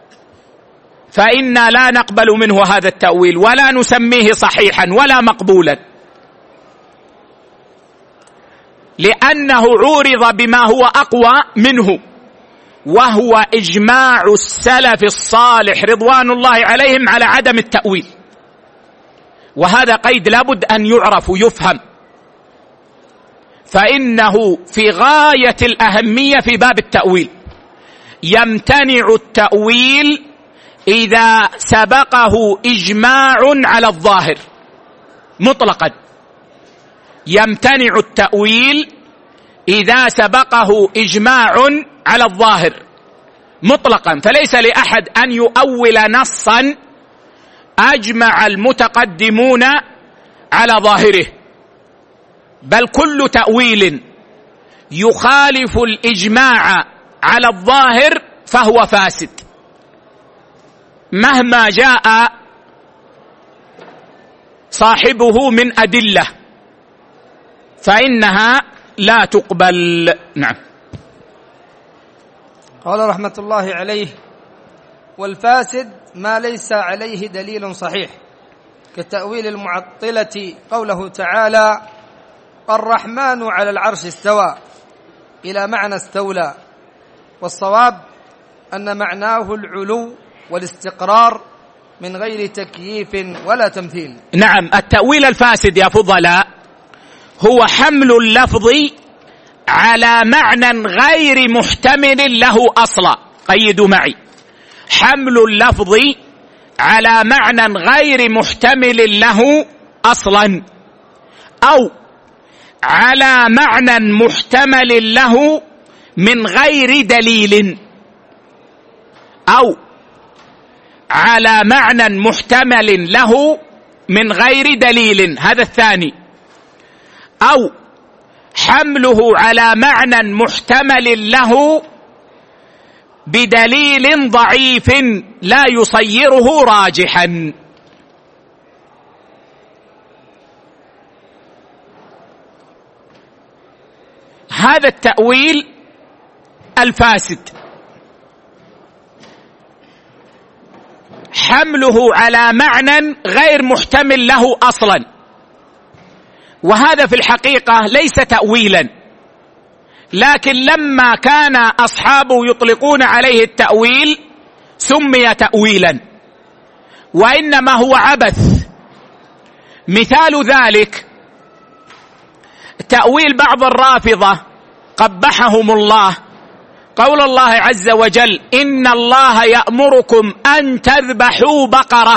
فإنا لا نقبل منه هذا التأويل ولا نسميه صحيحا ولا مقبولا، لأنه عورض بما هو أقوى منه، وهو إجماع السلف الصالح رضوان الله عليهم على عدم التأويل. وهذا قيد لابد أن يعرف ويفهم، فإنه في غاية الأهمية في باب التأويل. يمتنع التأويل إذا سبقه إجماع على الظاهر مطلقا، يمتنع التأويل إذا سبقه إجماع على الظاهر مطلقا، فليس لأحد أن يؤول نصا أجمع المتقدمون على ظاهره، بل كل تأويل يخالف الإجماع على الظاهر فهو فاسد مهما جاء صاحبه من أدلة، فإنها لا تقبل. نعم. قال رحمة الله عليه: والفاسد ما ليس عليه دليل صحيح، كتأويل المعطلة قوله تعالى: الرحمن على العرش استوى، إلى معنى استولى، والصواب أن معناه العلو والاستقرار من غير تكييف ولا تمثيل. نعم، التأويل الفاسد يا فضلاء هو حمل اللفظ على معنى غير محتمل له أصلا. قيدوا معي: حمل اللفظ على معنى غير محتمل له أصلا، أو على معنى محتمل له من غير دليل، أو على معنى محتمل له من غير دليل، هذا الثاني، أو حمله على معنى محتمل له بدليل ضعيف لا يصيره راجحا. هذا التأويل الفاسد حمله على معنى غير محتمل له أصلا، وهذا في الحقيقة ليس تأويلا، لكن لما كان أصحابه يطلقون عليه التأويل سمي تأويلا، وإنما هو عبث. مثال ذلك تأويل بعض الرافضة قبحهم الله قول الله عز وجل: إن الله يأمركم أن تذبحوا بقرة.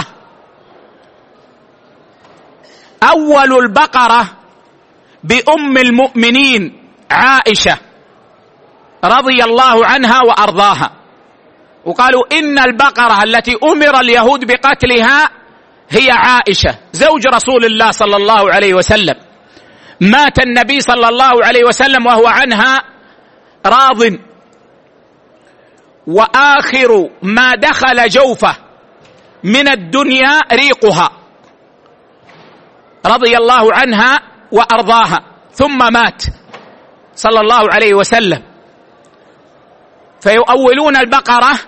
أول البقرة بأم المؤمنين عائشة رضي الله عنها وأرضاها، وقالوا إن البقرة التي أمر اليهود بقتلها هي عائشة زوج رسول الله صلى الله عليه وسلم. مات النبي صلى الله عليه وسلم وهو عنها راض، وآخر ما دخل جوفه من الدنيا ريقها رضي الله عنها وأرضاها، ثم مات صلى الله عليه وسلم، فيؤولون البقرة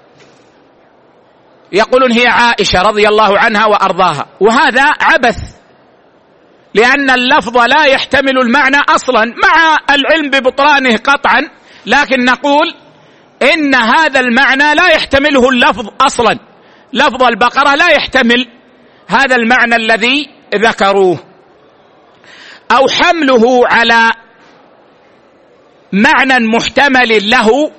يقولون هي عائشة رضي الله عنها وأرضاها، وهذا عبث، لأن اللفظ لا يحتمل المعنى أصلا مع العلم ببطلانه قطعا، لكن نقول إن هذا المعنى لا يحتمله اللفظ أصلا. لفظ البقرة لا يحتمل هذا المعنى الذي ذكروه. أو حمله على معنى محتمل له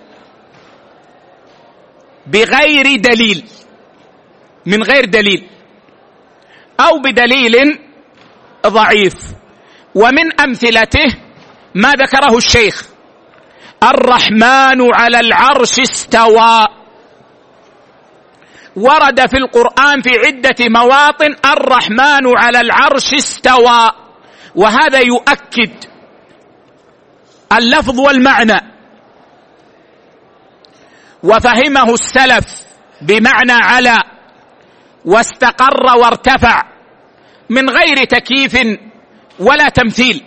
بغير دليل، من غير دليل، أو بدليل ضعيف. ومن أمثلته ما ذكره الشيخ: الرحمن على العرش استوى، ورد في القرآن في عدة مواطن الرحمن على العرش استوى، وهذا يؤكد اللفظ والمعنى، وفهمه السلف بمعنى على واستقر وارتفع من غير تكييف ولا تمثيل.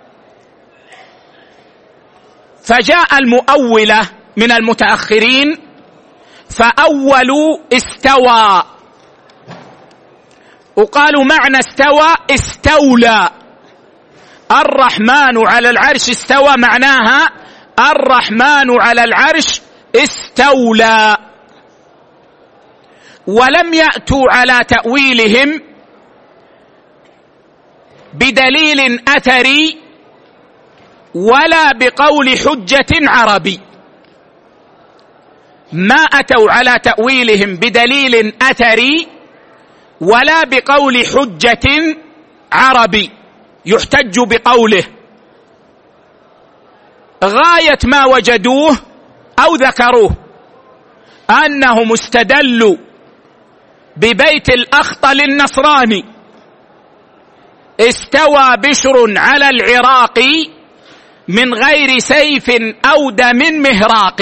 فجاء المؤولة من المتأخرين فأولوا استوى، وقالوا معنى استوى استولى. الرحمن على العرش استوى معناها الرحمن على العرش استولى، ولم يأتوا على تأويلهم بدليل أثري ولا بقول حجة عربي. ما أتوا على تأويلهم بدليل أثري ولا بقول حجة عربي يحتج بقوله. غاية ما وجدوه أو ذكروه أنهم استدلوا ببيت الأخطل النصراني: استوى بشر على العراق من غير سيف أو دم مهراق.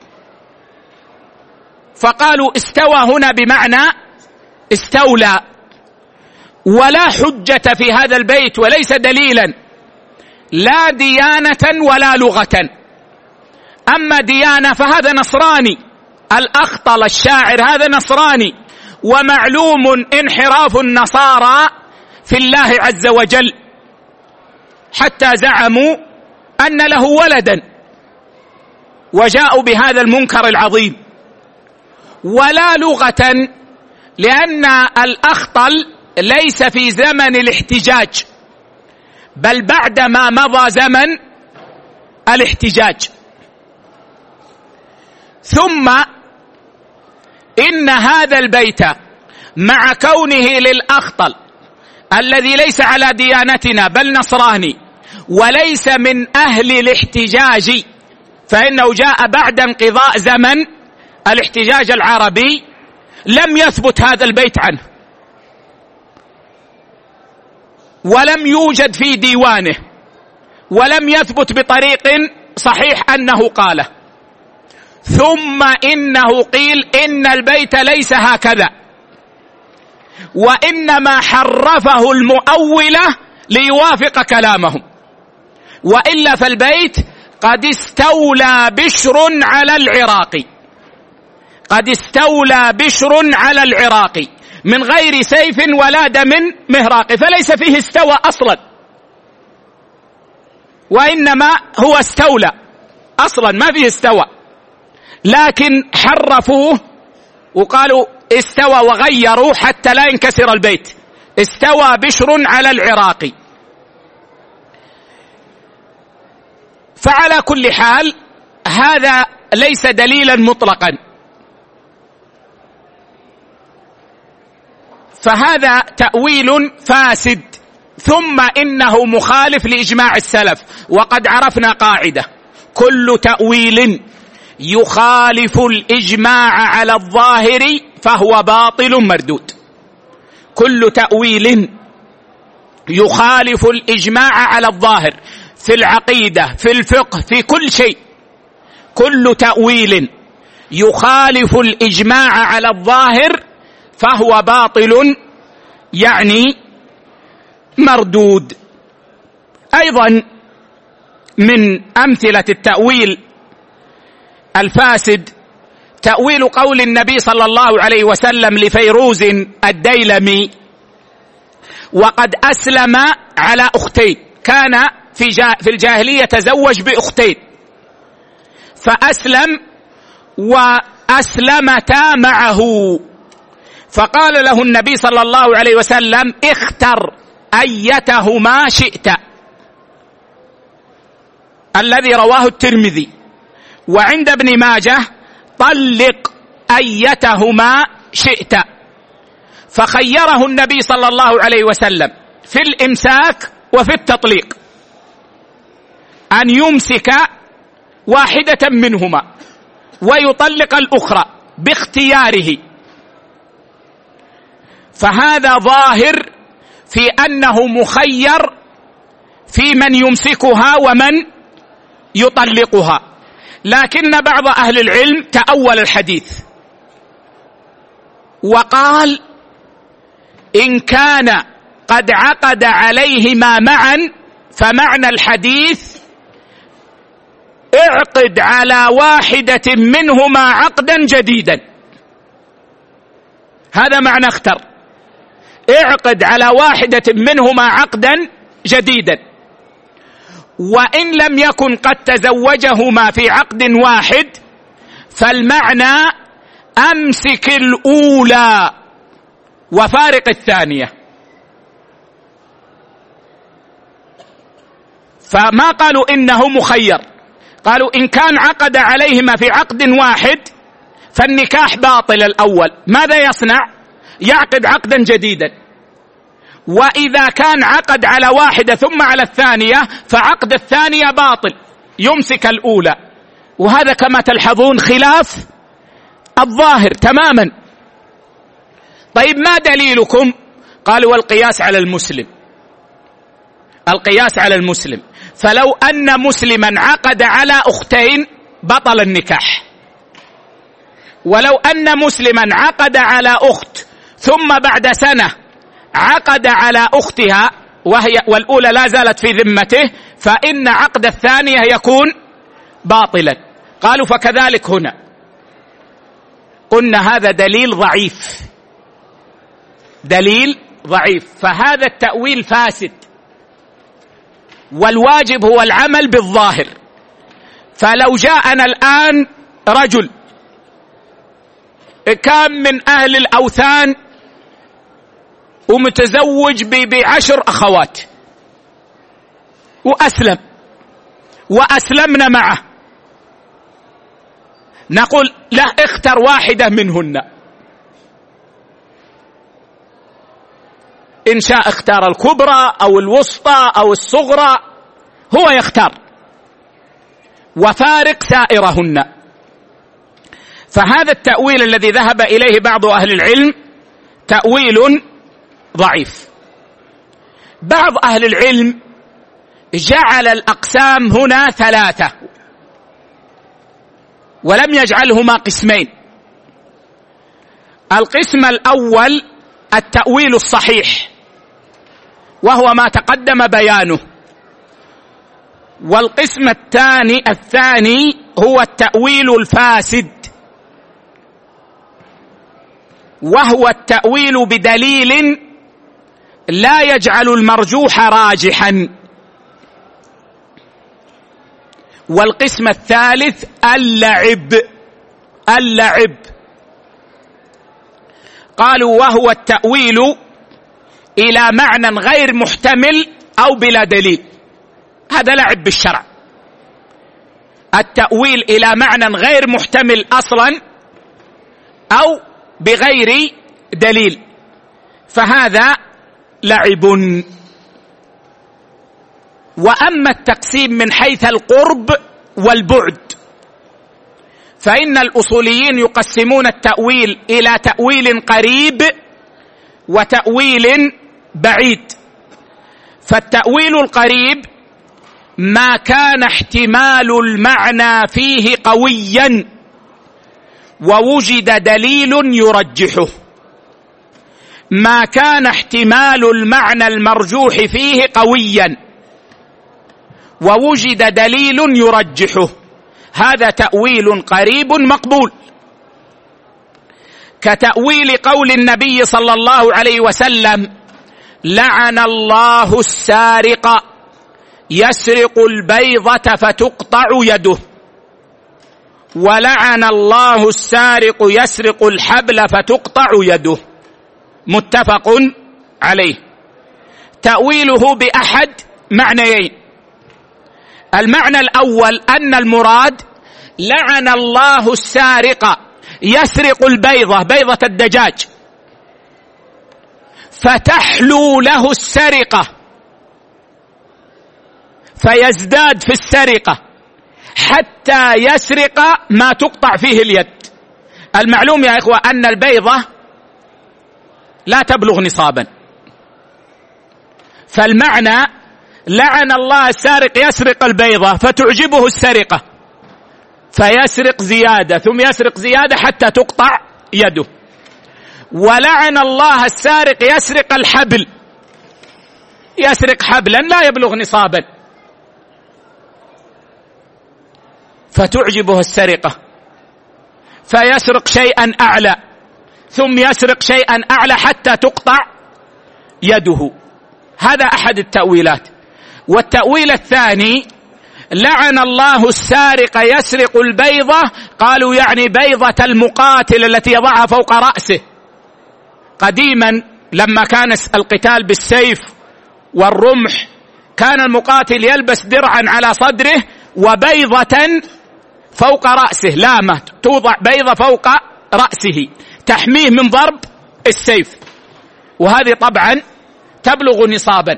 فقالوا استوى هنا بمعنى استولى، ولا حجة في هذا البيت وليس دليلا لا ديانة ولا لغة. أما ديانة فهذا نصراني، الأخطل الشاعر هذا نصراني، ومعلوم انحراف النصارى في الله عز وجل حتى زعموا أن له ولدا وجاءوا بهذا المنكر العظيم. ولا لغة، لأن الأخطل ليس في زمن الاحتجاج، بل بعدما مضى زمن الاحتجاج. ثم إن هذا البيت مع كونه للأخطل الذي ليس على ديانتنا بل نصراني وليس من أهل الاحتجاج، فإنه جاء بعد انقضاء زمن الاحتجاج العربي، لم يثبت هذا البيت عنه ولم يوجد في ديوانه ولم يثبت بطريق صحيح أنه قاله. ثم إنه قيل إن البيت ليس هكذا، وإنما حرفه المؤولة ليوافق كلامهم، وإلا فالبيت قد استولى بشر على العراق، قد استولى بشر على العراق من غير سيف ولا دم مهراق، فليس فيه استوى أصلا، وإنما هو استولى أصلا، ما فيه استوى، لكن حرفوه وقالوا استوى وغيروا حتى لا ينكسر البيت: استوى بشر على العراق. فعلى كل حال هذا ليس دليلا مطلقا، فهذا تأويل فاسد، ثم إنه مخالف لإجماع السلف. وقد عرفنا قاعدة: كل تأويل يخالف الإجماع على الظاهر فهو باطل مردود. كل تأويل يخالف الإجماع على الظاهر في العقيدة، في الفقه، في كل شيء، كل تأويل يخالف الإجماع على الظاهر فهو باطل، يعني مردود. أيضا من أمثلة التأويل الفاسد تأويل قول النبي صلى الله عليه وسلم لفيروز الديلمي: وقد أسلم على أختين، كان في في الجاهلية يتزوج بأختين، فأسلم وأسلمتا معه، فقال له النبي صلى الله عليه وسلم: اختر أيتهما شئت، الذي رواه الترمذي. وعند ابن ماجه: طلق أيتهما شئت. فخيره النبي صلى الله عليه وسلم في الإمساك وفي التطليق، أن يمسك واحدة منهما ويطلق الأخرى باختياره. فهذا ظاهر في أنه مخير في من يمسكها ومن يطلقها. لكن بعض أهل العلم تأول الحديث وقال: إن كان قد عقد عليهما معا فمعنى الحديث اعقد على واحدة منهما عقدا جديدا. هذا معنى اختر، اعقد على واحدة منهما عقدا جديدا. وإن لم يكن قد تزوجهما في عقد واحد فالمعنى أمسك الأولى وفارق الثانية. فما قالوا إنه مخير، قالوا إن كان عقد عليهما في عقد واحد فالنكاح باطل الأول، ماذا يصنع؟ يعقد عقدا جديدا. وإذا كان عقد على واحدة ثم على الثانية فعقد الثانية باطل، يمسك الأولى. وهذا كما تلحظون خلاف الظاهر تماما. طيب ما دليلكم؟ قالوا والقياس على المسلم، القياس على المسلم. فلو أن مسلما عقد على أختين بطل النكاح، ولو أن مسلما عقد على أخت ثم بعد سنة عقد على أختها وهي والأولى لا زالت في ذمته، فإن عقد الثانية يكون باطلا. قالوا فكذلك هنا. قلنا هذا دليل ضعيف، دليل ضعيف، فهذا التأويل فاسد، والواجب هو العمل بالظاهر. فلو جاءنا الآن رجل كان من أهل الأوثان ومتزوج بعشر أخوات وأسلم وأسلمنا معه، نقول له اختر واحدة منهن، إن شاء اختار الكبرى أو الوسطى أو الصغرى، هو يختار، وفارق سائرهن. فهذا التأويل الذي ذهب إليه بعض أهل العلم تأويل ضعيف. بعض أهل العلم جعل الأقسام هنا ثلاثة ولم يجعلهما قسمين. القسم الأول التأويل الصحيح وهو ما تقدم بيانه، والقسم الثاني الثاني هو التأويل الفاسد، وهو التأويل بدليل لا يجعل المرجوح راجحا. والقسم الثالث اللعب اللعب قالوا وهو التأويل إلى معنى غير محتمل أو بلا دليل، هذا لعب بالشرع. التأويل إلى معنى غير محتمل أصلا أو بغير دليل، فهذا لعب. وأما التقسيم من حيث القرب والبعد، فإن الأصوليين يقسمون التأويل إلى تأويل قريب وتأويل بعيد. فالتأويل القريب ما كان احتمال المعنى فيه قويا ووجد دليل يرجحه، ما كان احتمال المعنى المرجوح فيه قويا ووجد دليل يرجحه، هذا تأويل قريب مقبول. كتأويل قول النبي صلى الله عليه وسلم: لعن الله السارق يسرق البيضة فتقطع يده، ولعن الله السارق يسرق الحبل فتقطع يده، متفق عليه. تأويله بأحد معنيين: المعنى الأول أن المراد لعن الله السارق يسرق البيضة، بيضة الدجاج، فتحلو له السرقة فيزداد في السرقة حتى يسرق ما تقطع فيه اليد. المعلوم يا إخوة أن البيضة لا تبلغ نصابا، فالمعنى لعن الله السارق يسرق البيضة فتعجبه السرقة فيسرق زيادة ثم يسرق زيادة حتى تقطع يده. ولعن الله السارق يسرق الحبل، يسرق حبلا لا يبلغ نصابا فتعجبه السرقة فيسرق شيئا أعلى ثم يسرق شيئا أعلى حتى تقطع يده. هذا أحد التأويلات. والتأويل الثاني: لعن الله السارق يسرق البيضة، قالوا يعني بيضة المقاتل التي يضعها فوق رأسه. قديما لما كان القتال بالسيف والرمح كان المقاتل يلبس درعا على صدره وبيضة فوق رأسه، لامة توضع بيضة فوق رأسه تحميه من ضرب السيف، وهذه طبعا تبلغ نصابا.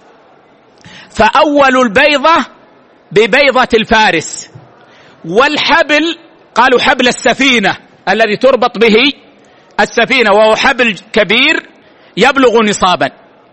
فأول البيضة ببيضة الفارس، والحبل قالوا حبل السفينة الذي تربط به السفينة وهو حبل كبير يبلغ نصابا.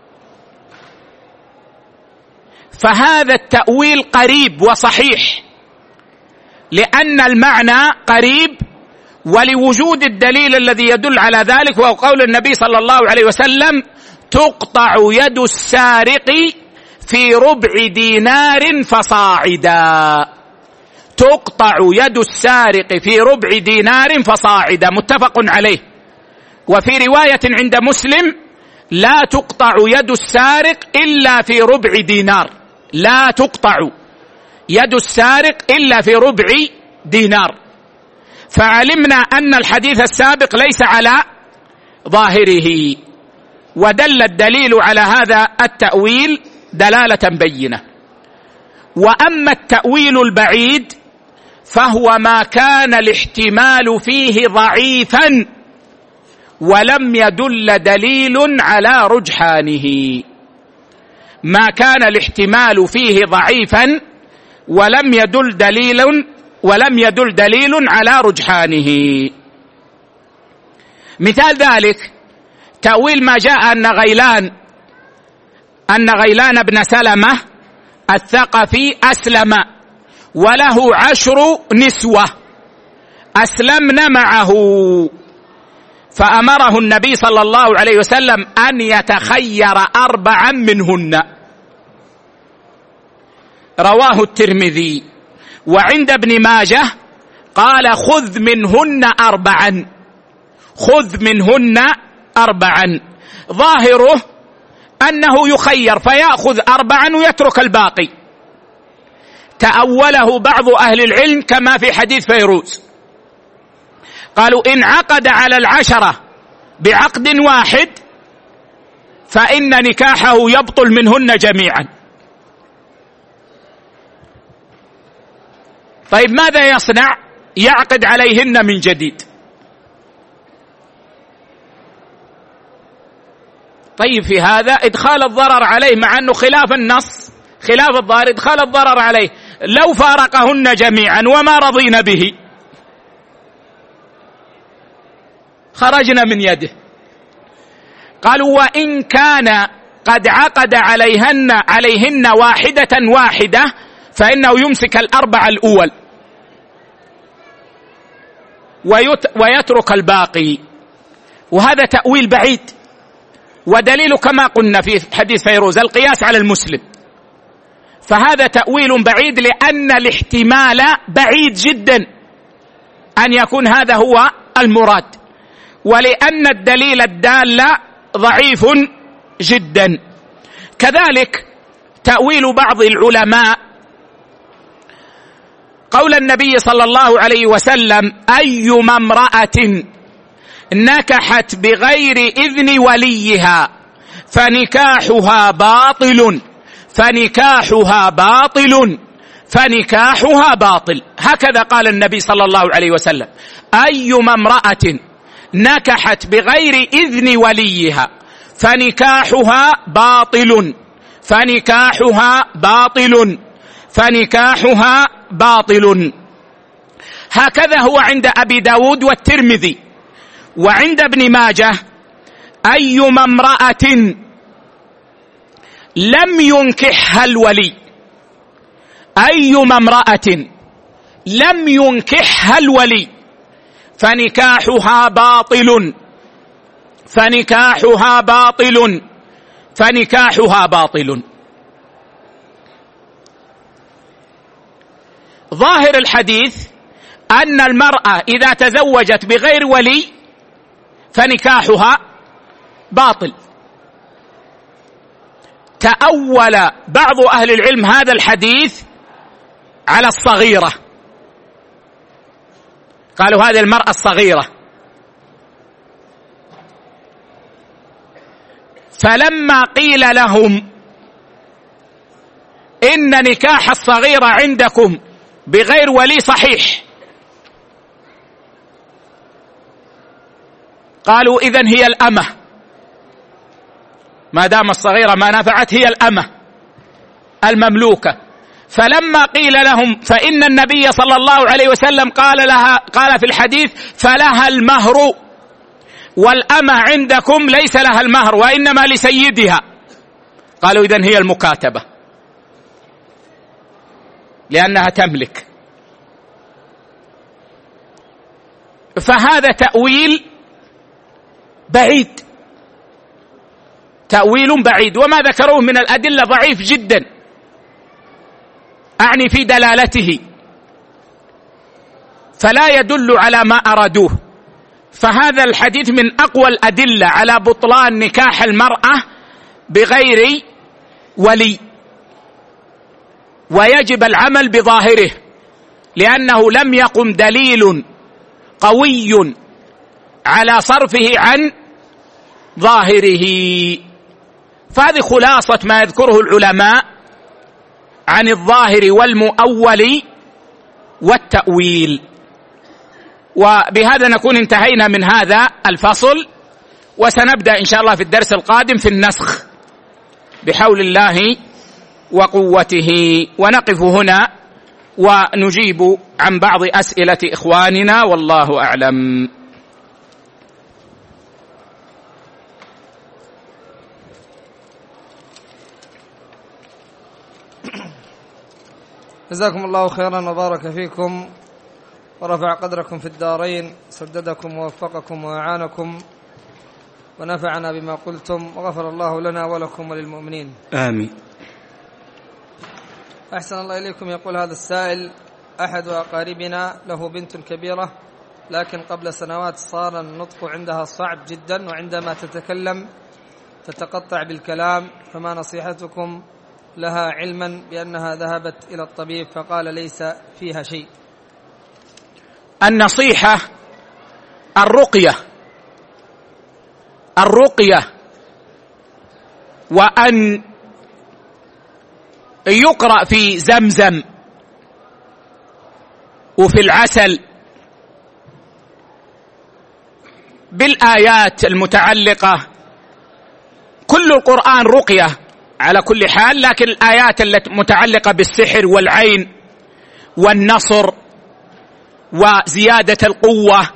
فهذا التأويل قريب وصحيح لأن المعنى قريب، ولوجود الدليل الذي يدل على ذلك، وهو قول النبي صلى الله عليه وسلم: تقطع يد السارق في ربع دينار فصاعدا. تقطع يد السارق في ربع دينار فصاعدا، متفق عليه. وفي رواية عند مسلم: لا تقطع يد السارق إلا في ربع دينار. لا تقطع يد السارق إلا في ربع دينار. فعلمنا أن الحديث السابق ليس على ظاهره، ودل الدليل على هذا التأويل دلالة بينة. وأما التأويل البعيد فهو ما كان الاحتمال فيه ضعيفا ولم يدل دليل على رجحانه. ما كان الاحتمال فيه ضعيفا ولم يدل دليل ولم يدل دليل على رجحانه. مثال ذلك تأويل ما جاء أن غيلان أن غيلان بن سلمة الثقفي أسلم وله عشر نسوة أسلمن معه، فأمره النبي صلى الله عليه وسلم أن يتخير أربعا منهن. رواه الترمذي. وعند ابن ماجه قال: خذ منهن أربعا، خذ منهن أربعا. ظاهره أنه يخير فيأخذ أربعا ويترك الباقي. تأوله بعض أهل العلم كما في حديث فيروز، قالوا: إن عقد على العشرة بعقد واحد فإن نكاحه يبطل منهن جميعا. طيب ماذا يصنع؟ يعقد عليهن من جديد. طيب في هذا إدخال الضرر عليه، مع أنه خلاف النص خلاف الظاهر، إدخال الضرر عليه. لو فارقهن جميعا وما رضينا به خرجنا من يده. قالوا: وإن كان قد عقد عليهن عليهن واحدة واحدة فإنه يمسك الأربع الأول ويترك الباقي. وهذا تأويل بعيد، ودليل كما قلنا في حديث فيروز القياس على المسلم. فهذا تأويل بعيد لأن الاحتمال بعيد جدا أن يكون هذا هو المراد، ولأن الدليل الدال ضعيف جدا. كذلك تأويل بعض العلماء قول النبي صلى الله عليه وسلم: أيما امرأة نكحت بغير إذن وليها فنكاحها باطل فنكاحها باطل فنكاحها باطل. هكذا قال النبي صلى الله عليه وسلم: أيما امرأة نكحت بغير إذن وليها فنكاحها باطل فنكاحها باطل فنكاحها باطل. هكذا هو عند أبي داود والترمذي. وعند ابن ماجه: أيما امرأة لم ينكحها الولي أيما امرأة لم ينكحها الولي فنكاحها باطل فنكاحها باطل فنكاحها باطل. ظاهر الحديث أن المرأة إذا تزوجت بغير ولي فنكاحها باطل. تأول بعض أهل العلم هذا الحديث على الصغيرة، قالوا هذه المرأة الصغيرة، فلما قيل لهم إن نكاح الصغيرة عندكم بغير ولي صحيح، قالوا إذن هي الأمة، ما دام الصغيرة ما نفعت هي الأمة المملوكة. فلما قيل لهم فإن النبي صلى الله عليه وسلم قال لها قال في الحديث: فلها المهر والأمة عندكم ليس لها المهر وإنما لسيدها. قالوا إذن هي المكاتبة لأنها تملك. فهذا تأويل بعيد، تأويل بعيد، وما ذكروه من الأدلة ضعيف جدا، أعني في دلالته، فلا يدل على ما أرادوه. فهذا الحديث من أقوى الأدلة على بطلان نكاح المرأة بغير ولي، ويجب العمل بظاهره لأنه لم يقم دليل قوي على صرفه عن ظاهره. فهذه خلاصة ما يذكره العلماء عن الظاهر والمؤول والتأويل. وبهذا نكون انتهينا من هذا الفصل، وسنبدأ إن شاء الله في الدرس القادم في النسخ بحول الله وقوته. ونقف هنا ونجيب عن بعض أسئلة إخواننا، والله أعلم. جزاكم الله خيرا وبارك فيكم ورفع قدركم في الدارين، سددكم ووفقكم وأعانكم ونفعنا بما قلتم، وغفر الله لنا ولكم وللمؤمنين آمين. أحسن الله إليكم. يقول هذا السائل: أحد أقاربنا له بنت كبيرة لكن قبل سنوات صار النطق عندها صعب جدا، وعندما تتكلم تتقطع بالكلام، فما نصيحتكم لها علما بأنها ذهبت إلى الطبيب فقال ليس فيها شيء؟ النصيحة الرقية، الرقية، وأن يقرأ في زمزم وفي العسل بالآيات المتعلقة. كل القرآن رقية على كل حال، لكن الآيات التي متعلقة بالسحر والعين والنصر وزيادة القوة،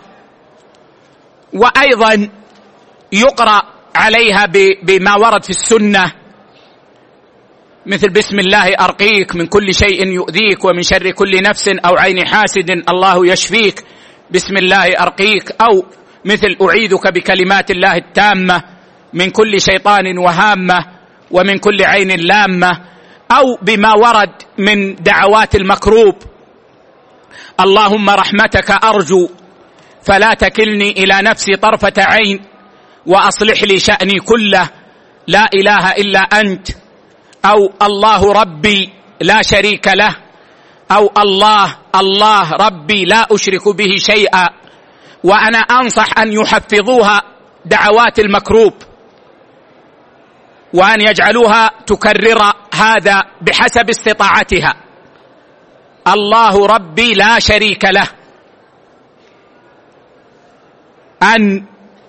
وأيضا يقرأ عليها بما ورد في السنة مثل بسم الله أرقيك من كل شيء يؤذيك ومن شر كل نفس أو عين حاسد الله يشفيك بسم الله أرقيك، أو مثل أعيذك بكلمات الله التامة من كل شيطان وهامة ومن كل عين لامة، أو بما ورد من دعوات المكروب: اللهم رحمتك أرجو فلا تكلني إلى نفسي طرفة عين وأصلح لي شأني كله لا إله إلا أنت، أو الله ربي لا شريك له، أو الله الله ربي لا أشرك به شيئا. وأنا أنصح أن يحفظوها دعوات المكروب، وأن يجعلوها تكرر هذا بحسب استطاعتها: الله ربي لا شريك له، أن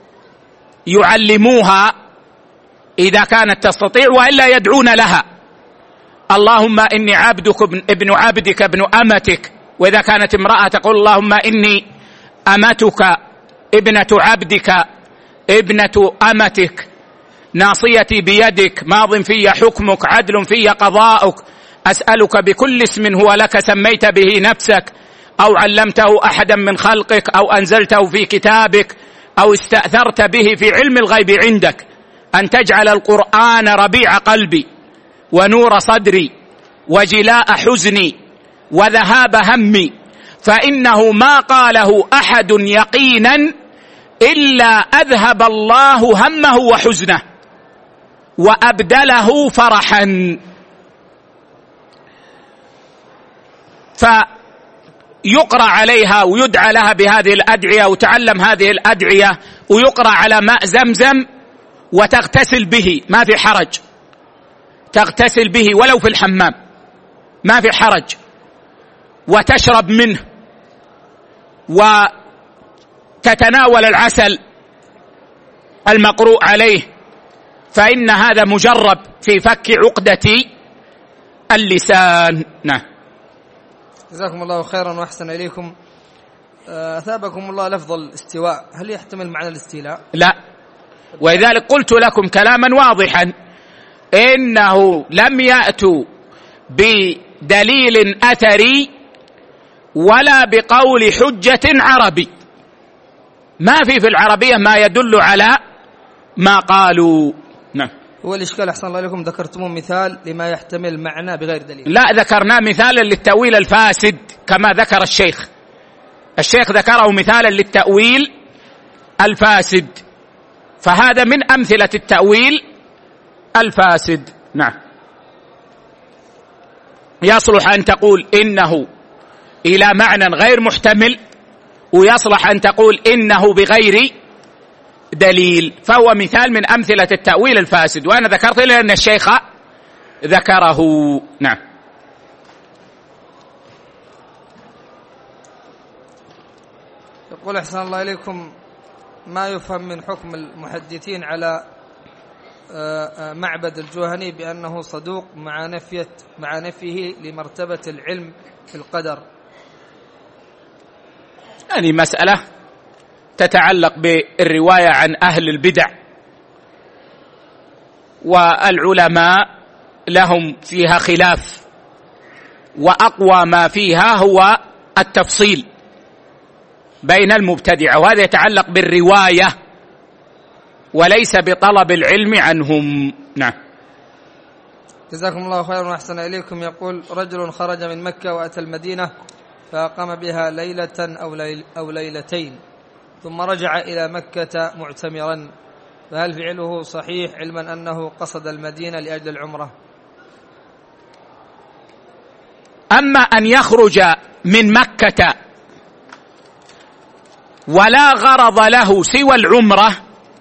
يعلموها إذا كانت تستطيع، وإلا يدعون لها: اللهم إني عبدك ابن عبدك ابن أمتك. وإذا كانت امرأة تقول: اللهم إني أمتك ابنة عبدك ابنة أمتك، ناصيتي بيدك، ماض في حكمك، عدل في قضاؤك، أسألك بكل اسم هو لك سميت به نفسك أو علمته أحدا من خلقك أو أنزلته في كتابك أو استأثرت به في علم الغيب عندك، أن تجعل القرآن ربيع قلبي ونور صدري وجلاء حزني وذهاب همي، فإنه ما قاله أحد يقينا إلا أذهب الله همه وحزنه وأبدله فرحا. فيقرأ عليها ويدعى لها بهذه الأدعية وتعلم هذه الأدعية، ويقرأ على ماء زمزم وتغتسل به، ما في حرج، تغتسل به ولو في الحمام ما في حرج، وتشرب منه وتتناول العسل المقروء عليه، فإن هذا مجرب في فك عقدة اللسان. نعم. جزاكم الله خيرا وأحسن إليكم. أثابكم الله، لفظ الاستواء هل يحتمل معنى الاستيلاء؟ لا، ولذلك قلت لكم كلاما واضحا إنه لم يأتوا بدليل أثري ولا بقول حجة عربي، ما في في العربية ما يدل على ما قالوا. نعم. هو الإشكال أحسن الله لكم ذكرتم مثال لما يحتمل معنى بغير دليل. لا، ذكرنا مثالا للتأويل الفاسد كما ذكر الشيخ الشيخ ذكره مثالا للتأويل الفاسد، فهذا من أمثلة التأويل الفاسد. نعم. يصلح أن تقول إنه إلى معنى غير محتمل، ويصلح أن تقول إنه بغير دليل، فهو مثال من أمثلة التأويل الفاسد، وأنا ذكرت لأن الشيخ ذكره. نعم. يقول أحسن الله إليكم ما يفهم من حكم المحدثين على معبد الجهني بأنه صدوق مع نفيه مع نفيه لمرتبة العلم في القدر؟ يعني مسألة تتعلق بالرواية عن أهل البدع، والعلماء لهم فيها خلاف، وأقوى ما فيها هو التفصيل بين المبتدعة، وهذا يتعلق بالرواية وليس بطلب العلم عنهم. نعم. جزاكم الله خيرا وأحسن إليكم. يقول رجل خرج من مكة وأتى المدينة فأقام بها ليلة أو, ليل أو ليلتين ثم رجع إلى مكة معتمرا، فهل فعله صحيح علما أنه قصد المدينة لأجل العمرة؟ أما أن يخرج من مكة ولا غرض له سوى العمرة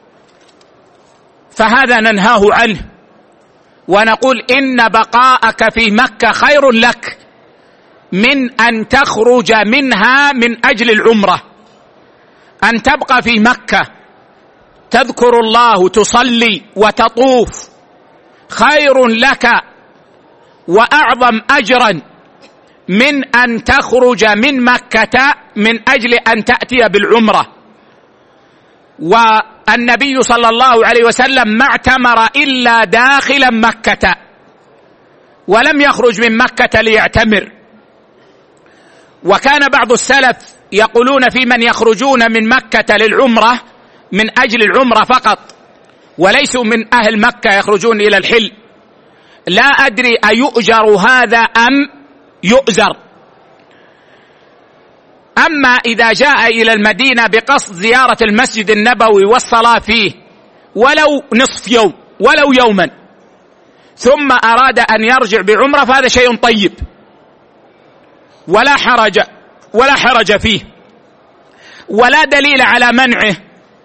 فهذا ننهاه عنه، ونقول إن بقاءك في مكة خير لك من أن تخرج منها من أجل العمرة. أن تبقى في مكة تذكر الله تصلي وتطوف خير لك وأعظم أجرا من أن تخرج من مكة من أجل أن تأتي بالعمرة. والنبي صلى الله عليه وسلم ما اعتمر إلا داخلا مكة، ولم يخرج من مكة ليعتمر. وكان بعض السلف يقولون في من يخرجون من مكة للعمرة من أجل العمرة فقط، وليسوا من أهل مكة يخرجون إلى الحل. لا أدري أيؤجر هذا أم يؤزر. أما إذا جاء إلى المدينة بقصد زيارة المسجد النبوي والصلاة فيه ولو نصف يوم ولو يوما ثم أراد أن يرجع بعمرة فهذا شيء طيب ولا حرج ولا حرج فيه، ولا دليل على منعه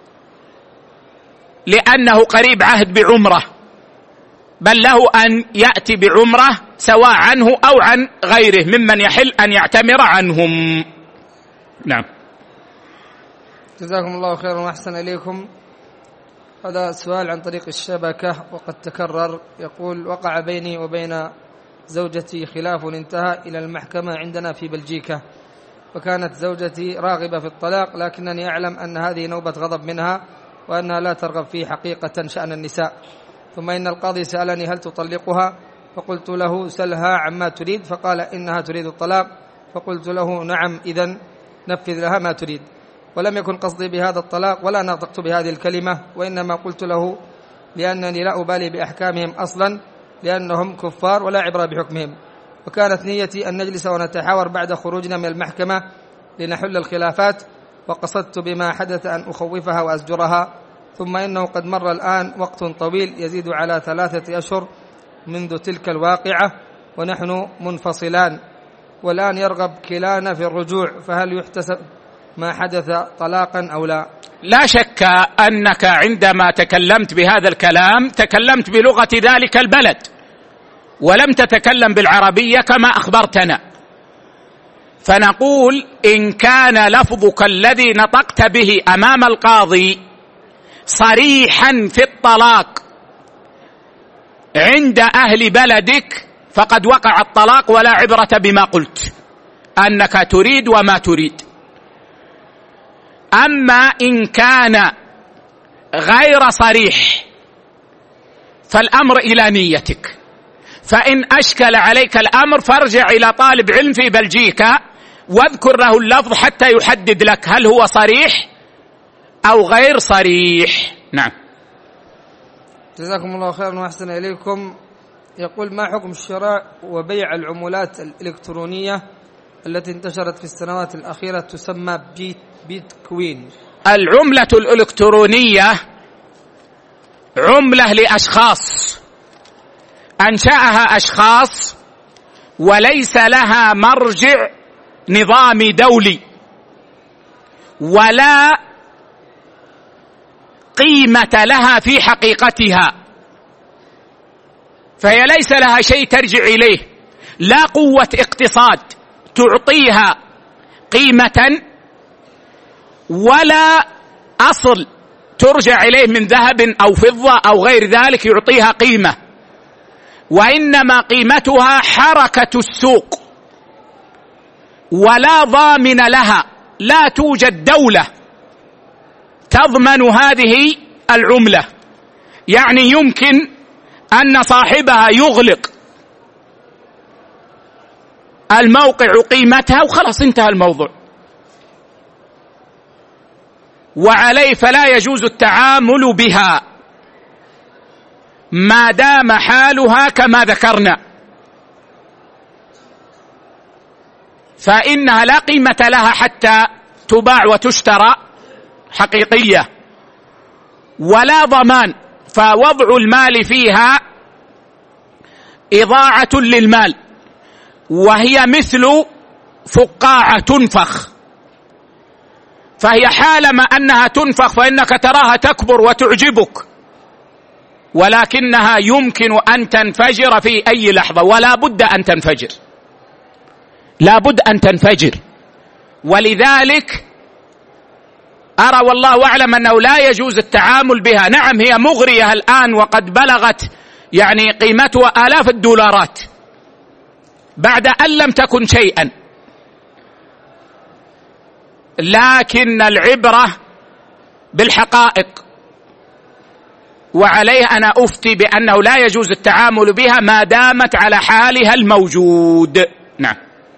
لأنه قريب عهد بعمرة، بل له أن يأتي بعمرة سواء عنه أو عن غيره ممن يحل أن يعتمر عنهم. نعم. جزاكم الله خيرا وأحسن إليكم. هذا سؤال عن طريق الشبكة وقد تكرر. يقول وقع بيني وبين زوجتي خلاف انتهى إلى المحكمة عندنا في بلجيكا، وكانت زوجتي راغبة في الطلاق، لكنني أعلم أن هذه نوبة غضب منها وأنها لا ترغب في حقيقة شأن النساء. ثم إن القاضي سألني هل تطلقها، فقلت له سلها عما تريد، فقال إنها تريد الطلاق، فقلت له نعم إذن نفذ لها ما تريد. ولم يكن قصدي بهذا الطلاق ولا نطقت بهذه الكلمة، وإنما قلت له لأنني لا أبالي بأحكامهم أصلا لأنهم كفار ولا عبرة بحكمهم، وكانت نيتي أن نجلس ونتحاور بعد خروجنا من المحكمة لنحل الخلافات، وقصدت بما حدث أن أخوفها وأزجرها. ثم إنه قد مر الآن وقت طويل يزيد على ثلاثة أشهر منذ تلك الواقعة ونحن منفصلان، والآن يرغب كلانا في الرجوع، فهل يحتسب ما حدث طلاقا أو لا؟ لا شك أنك عندما تكلمت بهذا الكلام تكلمت بلغة ذلك البلد ولم تتكلم بالعربية كما أخبرتنا، فنقول إن كان لفظك الذي نطقت به أمام القاضي صريحا في الطلاق عند أهل بلدك فقد وقع الطلاق ولا عبرة بما قلت أنك تريد وما تريد. أما إن كان غير صريح فالأمر إلى نيتك، فإن أشكل عليك الأمر فارجع إلى طالب علم في بلجيكا واذكر له اللفظ حتى يحدد لك هل هو صريح أو غير صريح. نعم. جزاكم الله خيرا وأحسن إليكم. يقول: ما حكم الشراء وبيع العملات الإلكترونية التي انتشرت في السنوات الأخيرة تسمى بيت بيتكوين؟ العملة الإلكترونية عملة لأشخاص أنشأها أشخاص وليس لها مرجع نظامي دولي ولا قيمة لها في حقيقتها، فهي ليس لها شيء ترجع إليه، لا قوة اقتصاد تعطيها قيمة ولا أصل ترجع إليه من ذهب أو فضة أو غير ذلك يعطيها قيمة، وإنما قيمتها حركة السوق ولا ضامن لها، لا توجد دولة تضمن هذه العملة، يعني يمكن أن صاحبها يغلق الموقع قيمتها وخلاص انتهى الموضوع، وعليه فلا يجوز التعامل بها ما دام حالها كما ذكرنا، فإنها لا قيمة لها حتى تباع وتشترى حقيقية ولا ضمان، فوضع المال فيها إضاعة للمال، وهي مثل فقاعة تنفخ، فهي حالما أنها تنفخ فإنك تراها تكبر وتعجبك، ولكنها يمكن أن تنفجر في أي لحظة، ولا بد أن تنفجر، لا بد أن تنفجر. ولذلك أرى والله أعلم أنه لا يجوز التعامل بها. نعم هي مغرية الآن وقد بلغت يعني قيمتها آلاف الدولارات بعد أن لم تكن شيئا، لكن العبرة بالحقائق، وعليه أنا أفتي بأنه لا يجوز التعامل بها ما دامت على حالها الموجود. نعم.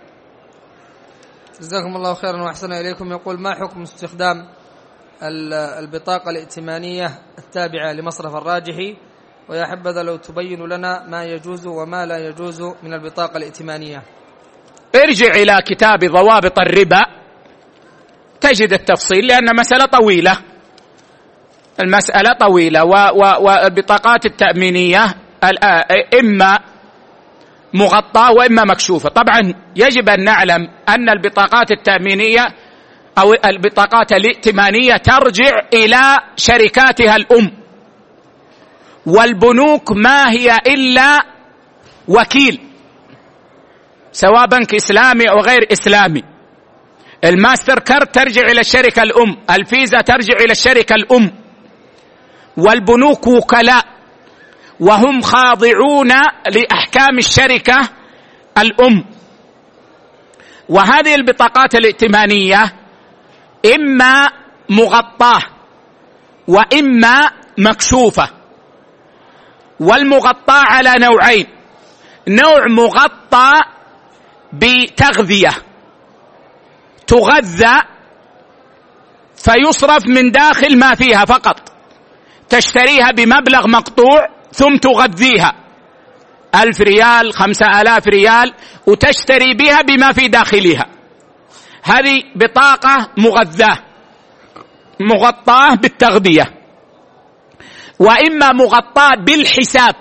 جزاكم الله خيرا وأحسن إليكم. يقول: ما حكم استخدام البطاقة الائتمانية التابعة لمصرف الراجحي، ويا حبذا لو تبين لنا ما يجوز وما لا يجوز من البطاقة الائتمانية. ارجع إلى كتاب ضوابط الربا تجد التفصيل، لأن مسألة طويلة، المسألة طويلة. والبطاقات التأمينية إما مغطاة وإما مكشوفة. طبعا يجب أن نعلم أن البطاقات التأمينية أو البطاقات الائتمانية ترجع إلى شركاتها الأم، والبنوك ما هي إلا وكيل، سواء بنك إسلامي أو غير إسلامي. الماستر كارد ترجع إلى الشركة الأم، الفيزا ترجع إلى الشركة الأم، والبنوك وكلاء وهم خاضعون لأحكام الشركة الأم. وهذه البطاقات الائتمانية إما مغطاة وإما مكشوفة، والمغطاة على نوعين: نوع مغطى بتغذية تغذى فيصرف من داخل ما فيها فقط، تشتريها بمبلغ مقطوع ثم تغذيها ألف ريال خمسة آلاف ريال وتشتري بها بما في داخلها، هذه بطاقة مغذاة مغطاة بالتغذية. وإما مغطاة بالحساب،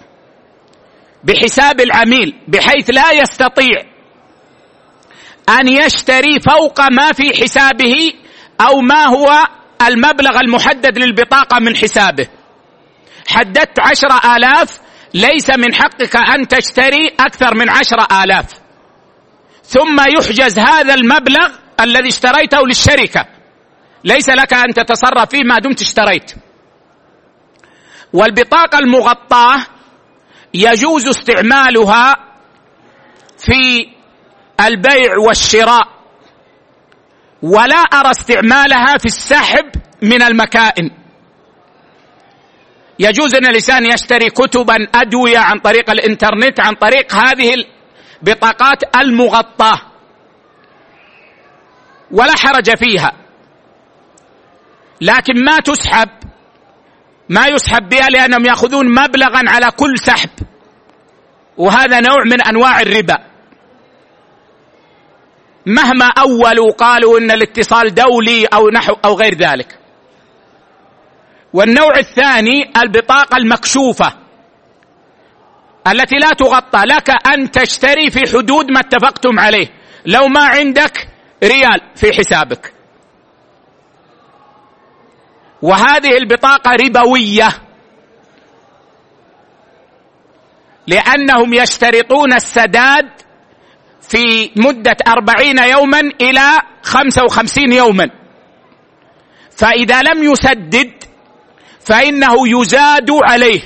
بحساب العميل، بحيث لا يستطيع أن يشتري فوق ما في حسابه أو ما هو المبلغ المحدد للبطاقة من حسابه. حددت عشرة آلاف، ليس من حقك أن تشتري أكثر من عشرة آلاف، ثم يحجز هذا المبلغ الذي اشتريته للشركة، ليس لك أن تتصرف فيه ما دمت اشتريت. والبطاقة المغطاة يجوز استعمالها في البيع والشراء ولا أرى استعمالها في السحب من المكائن. يجوز أن الإنسان يشتري كتبا أدوية عن طريق الإنترنت عن طريق هذه البطاقات المغطاة، ولا حرج فيها، لكن ما تسحب ما يسحب بها، لأنهم يأخذون مبلغا على كل سحب، وهذا نوع من أنواع الربا مهما أولوا قالوا إن الاتصال دولي أو نحو أو غير ذلك. والنوع الثاني البطاقة المكشوفة التي لا تغطى، لك أن تشتري في حدود ما اتفقتم عليه، لو ما عندك ريال في حسابك، وهذه البطاقة ربوية لأنهم يشترطون السداد في مدة أربعين يوما إلى خمسة وخمسين يوما، فإذا لم يسدد فإنه يزاد عليه.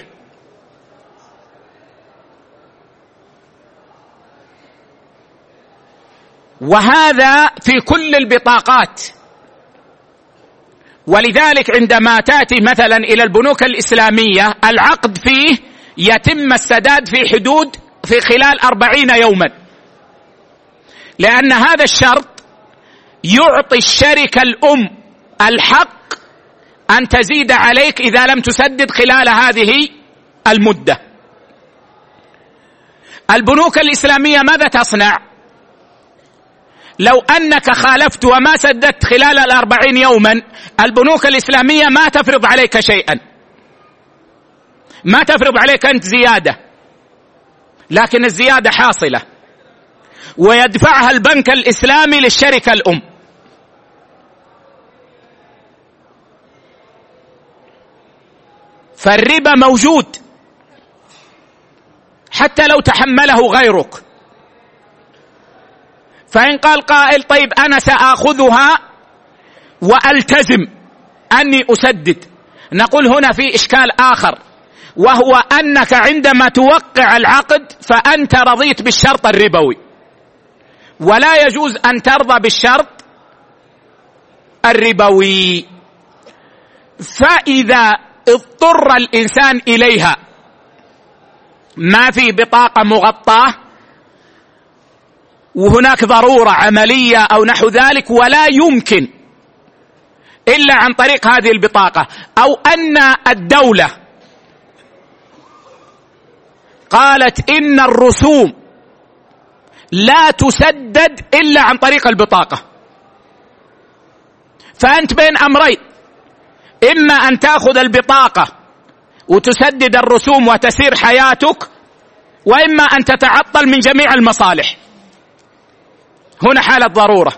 وهذا في كل البطاقات، ولذلك عندما تأتي مثلا إلى البنوك الإسلامية العقد فيه يتم السداد في حدود في خلال أربعين يوما، لأن هذا الشرط يعطي الشركة الأم الحق أن تزيد عليك إذا لم تسدد خلال هذه المدة. البنوك الإسلامية ماذا تصنع؟ لو أنك خالفت وما سددت خلال الأربعين يوما، البنوك الإسلامية ما تفرض عليك شيئا، ما تفرض عليك أنت زيادة، لكن الزيادة حاصلة ويدفعها البنك الإسلامي للشركة الأم. فالربا موجود حتى لو تحمله غيرك. فإن قال قائل طيب أنا سآخذها وألتزم أني أسدد، نقول هنا في إشكال آخر، وهو أنك عندما توقع العقد فأنت رضيت بالشرط الربوي، ولا يجوز أن ترضى بالشرط الربوي. فإذا اضطر الإنسان إليها ما في بطاقة مغطاة وهناك ضرورة عملية أو نحو ذلك ولا يمكن إلا عن طريق هذه البطاقة، أو أن الدولة قالت إن الرسوم لا تسدد إلا عن طريق البطاقة، فأنت بين أمرين، إما أن تأخذ البطاقة وتسدد الرسوم وتسير حياتك، وإما أن تتعطل من جميع المصالح. هنا حالة ضرورة،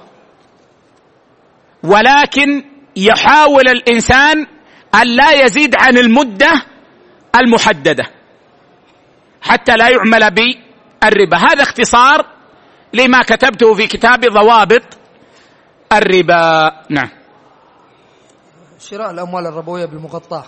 ولكن يحاول الإنسان أن لا يزيد عن المدة المحددة حتى لا يعمل بالربا. هذا اختصار لما كتبته في كتاب ضوابط الربا. نعم. شراء الأموال الربوية بالمغطاة،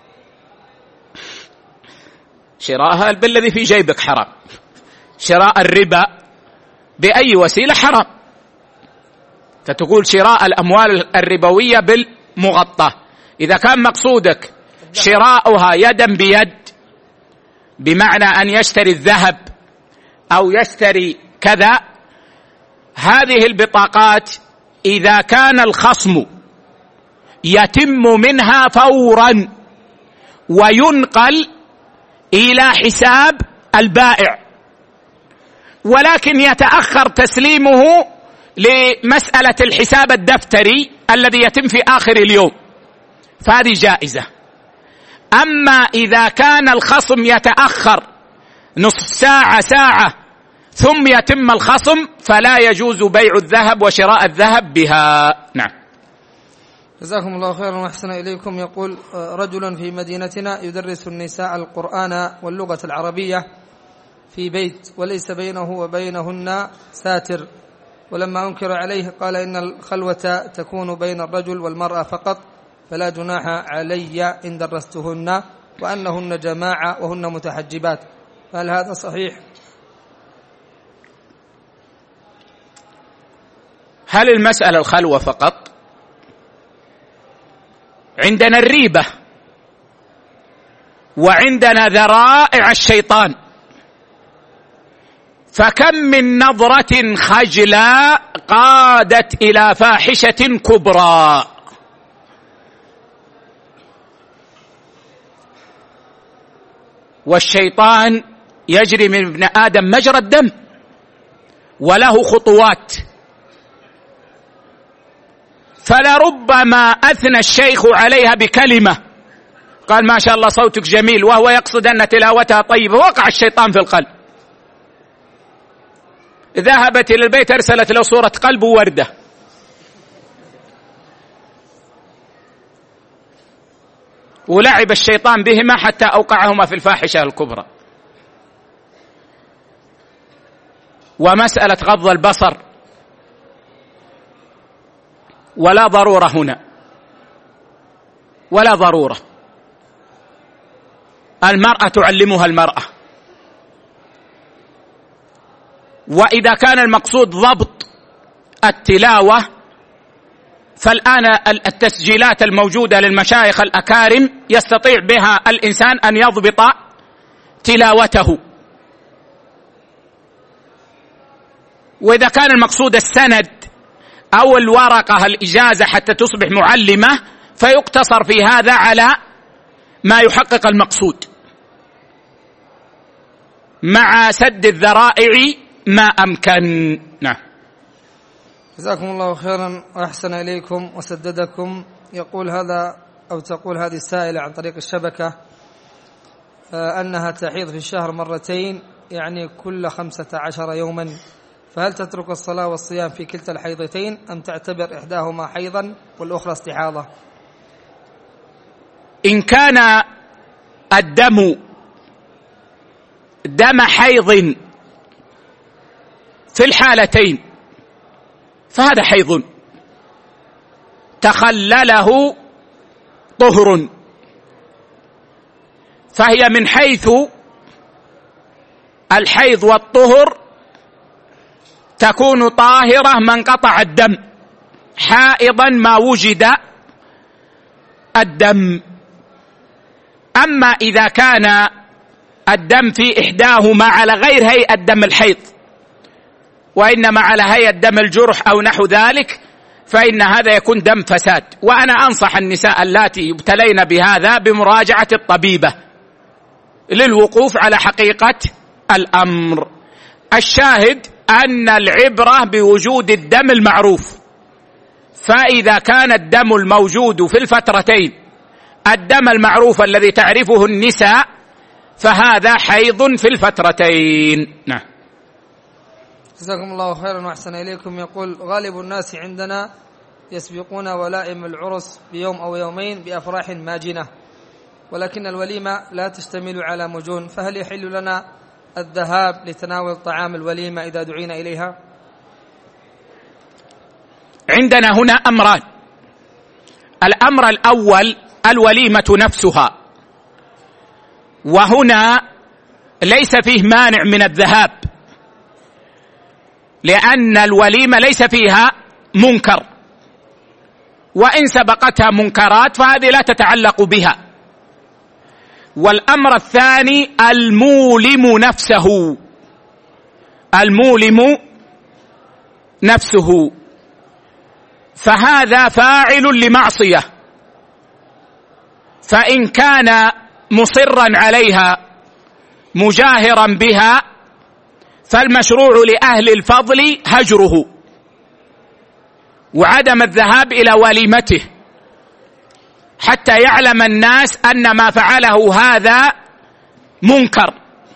شراءها بالذي في جيبك حرام، شراء الربا بأي وسيلة حرام. فتقول شراء الأموال الربوية بالمغطاة، إذا كان مقصودك شراؤها يدا بيد بمعنى أن يشتري الذهب أو يشتري كذا، هذه البطاقات إذا كان الخصم يتم منها فورا وينقل إلى حساب البائع، ولكن يتأخر تسليمه لمسألة الحساب الدفتري الذي يتم في آخر اليوم، فهذه جائزة. أما إذا كان الخصم يتأخر نصف ساعة ساعة ثم يتم الخصم فلا يجوز بيع الذهب وشراء الذهب بها. نعم. جزاكم الله خيرا وأحسن إليكم. يقول رجل في مدينتنا يدرس النساء القرآن واللغة العربية في بيت وليس بينه وبينهن ساتر، ولما أنكر عليه قال إن الخلوة تكون بين الرجل والمرأة فقط فلا جناح علي إن درستهن، وأنهن جماعة وهن متحجبات، فهل هذا صحيح؟ هل المسألة الخلوة فقط؟ عندنا الريبة، وعندنا ذرائع الشيطان، فكم من نظرة خجلة قادت إلى فاحشة كبرى. والشيطان يجري من ابن آدم مجرى الدم وله خطوات، فلربما أثنى الشيخ عليها بكلمة، قال ما شاء الله صوتك جميل، وهو يقصد أن تلاوتها طيبة، وقع الشيطان في القلب. ذهبت إلى البيت أرسلت له صورة قلب ووردة، ولعب الشيطان بهما حتى أوقعهما في الفاحشة الكبرى. ومسألة غض البصر ولا ضرورة هنا، ولا ضرورة، المرأة تعلمها المرأة. وإذا كان المقصود ضبط التلاوة، فالآن التسجيلات الموجودة للمشايخ الأكارم يستطيع بها الإنسان أن يضبط تلاوته. وإذا كان المقصود السند أو الورقة الإجازة حتى تصبح معلمة، فيقتصر في هذا على ما يحقق المقصود مع سد الذرائع ما أمكن. نعم. جزاكم الله خيرا وأحسن إليكم وسددكم. يقول هذا أو تقول هذه السائلة عن طريق الشبكة أنها تحيض في الشهر مرتين، يعني كل خمسة عشر يوما، فهل تترك الصلاة والصيام في كلتا الحيضتين أم تعتبر إحداهما حيضا والأخرى استحاضة؟ إن كان الدم دم حيض في الحالتين فهذا حيض تخلله طهر، فهي من حيث الحيض والطهر تكون طاهرة ما انقطع الدم، حائضا ما وجد الدم. أما إذا كان الدم في إحداهما على غير هيئة دم الحيض، وإنما على هيئة دم الجرح أو نحو ذلك، فإن هذا يكون دم فساد. وأنا أنصح النساء اللاتي يبتلين بهذا بمراجعة الطبيبة للوقوف على حقيقة الأمر. الشاهد أن العبرة بوجود الدم المعروف، فإذا كان الدم الموجود في الفترتين الدم المعروف الذي تعرفه النساء فهذا حيض في الفترتين. نعم. جزاكم الله خيرا وأحسن إليكم. يقول غالب الناس عندنا يسبقون ولائم العرس بيوم أو يومين بأفراح ماجنة، ولكن الوليمة لا تشتمل على مجون، فهل يحل لنا الذهاب لتناول طعام الوليمة إذا دعينا إليها؟ عندنا هنا أمران. الأمر الأول الوليمة نفسها، وهنا ليس فيه مانع من الذهاب، لأن الوليمة ليس فيها منكر، وإن سبقتها منكرات فهذه لا تتعلق بها. والأمر الثاني المولم نفسه، المولم نفسه فهذا فاعل لمعصية، فإن كان مصرا عليها مجاهرا بها فالمشروع لأهل الفضل هجره وعدم الذهاب إلى وليمته، حتى يعلم الناس أن ما فعله هذا منكر،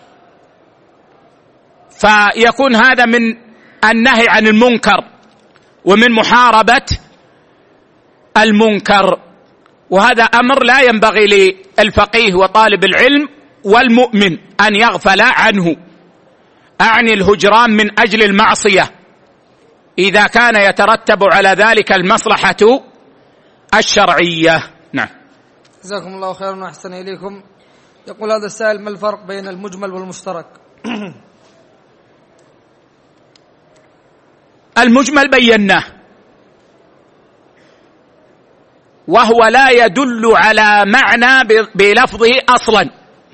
فيكون هذا من النهي عن المنكر ومن محاربة المنكر. وهذا أمر لا ينبغي للفقيه وطالب العلم والمؤمن أن يغفل عنه، أعني الهجران من أجل المعصية إذا كان يترتب على ذلك المصلحة الشرعية. نعم. جزاكم الله خيرا وأحسن إليكم. يقول هذا السائل: ما الفرق بين المجمل والمشترك؟ المجمل بيناه وهو لا يدل على معنى بلفظه أصلا،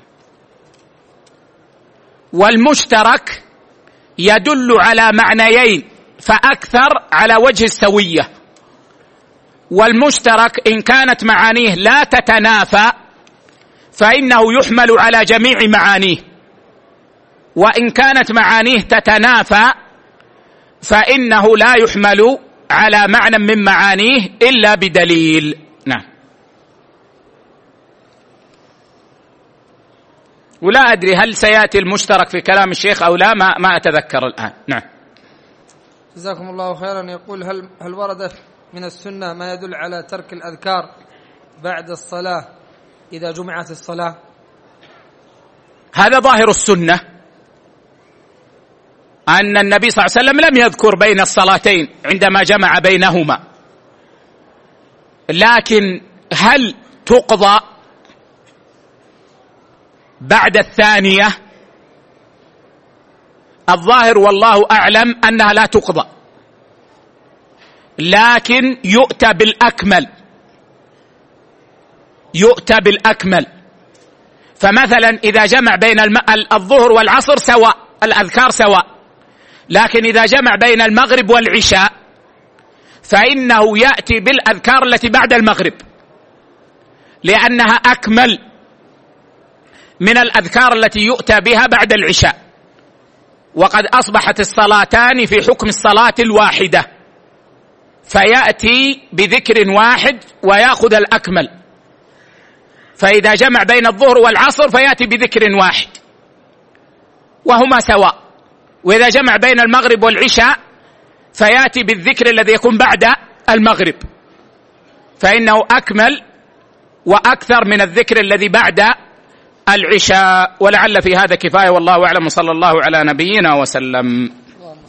والمشترك يدل على معنيين فأكثر على وجه السوية. والمشترك إن كانت معانيه لا تتنافى فإنه يحمل على جميع معانيه، وإن كانت معانيه تتنافى فإنه لا يحمل على معنى من معانيه إلا بدليل. نعم. ولا أدري هل سيأتي المشترك في كلام الشيخ أو لا، ما, ما أتذكر الآن. نعم. جزاكم الله خيرا. يقول هل, هل ورد من السنة ما يدل على ترك الأذكار بعد الصلاة إذا جمعت الصلاة؟ هذا ظاهر السنة، أن النبي صلى الله عليه وسلم لم يذكر بين الصلاتين عندما جمع بينهما، لكن هل تقضى بعد الثانية؟ الظاهر والله أعلم أنها لا تقضى، لكن يؤتى بالأكمل، يؤتى بالأكمل. فمثلا إذا جمع بين الظهر والعصر سواء، الأذكار سواء، لكن إذا جمع بين المغرب والعشاء فإنه يأتي بالأذكار التي بعد المغرب، لأنها أكمل من الأذكار التي يؤتى بها بعد العشاء، وقد أصبحت الصلاتان في حكم الصلاة الواحدة، فيأتي بذكر واحد ويأخذ الأكمل. فإذا جمع بين الظهر والعصر فيأتي بذكر واحد وهما سواء، وإذا جمع بين المغرب والعشاء فيأتي بالذكر الذي يكون بعد المغرب، فإنه أكمل وأكثر من الذكر الذي بعد العشاء. ولعل في هذا كفاية، والله أعلم، صلى الله على نبينا وسلم.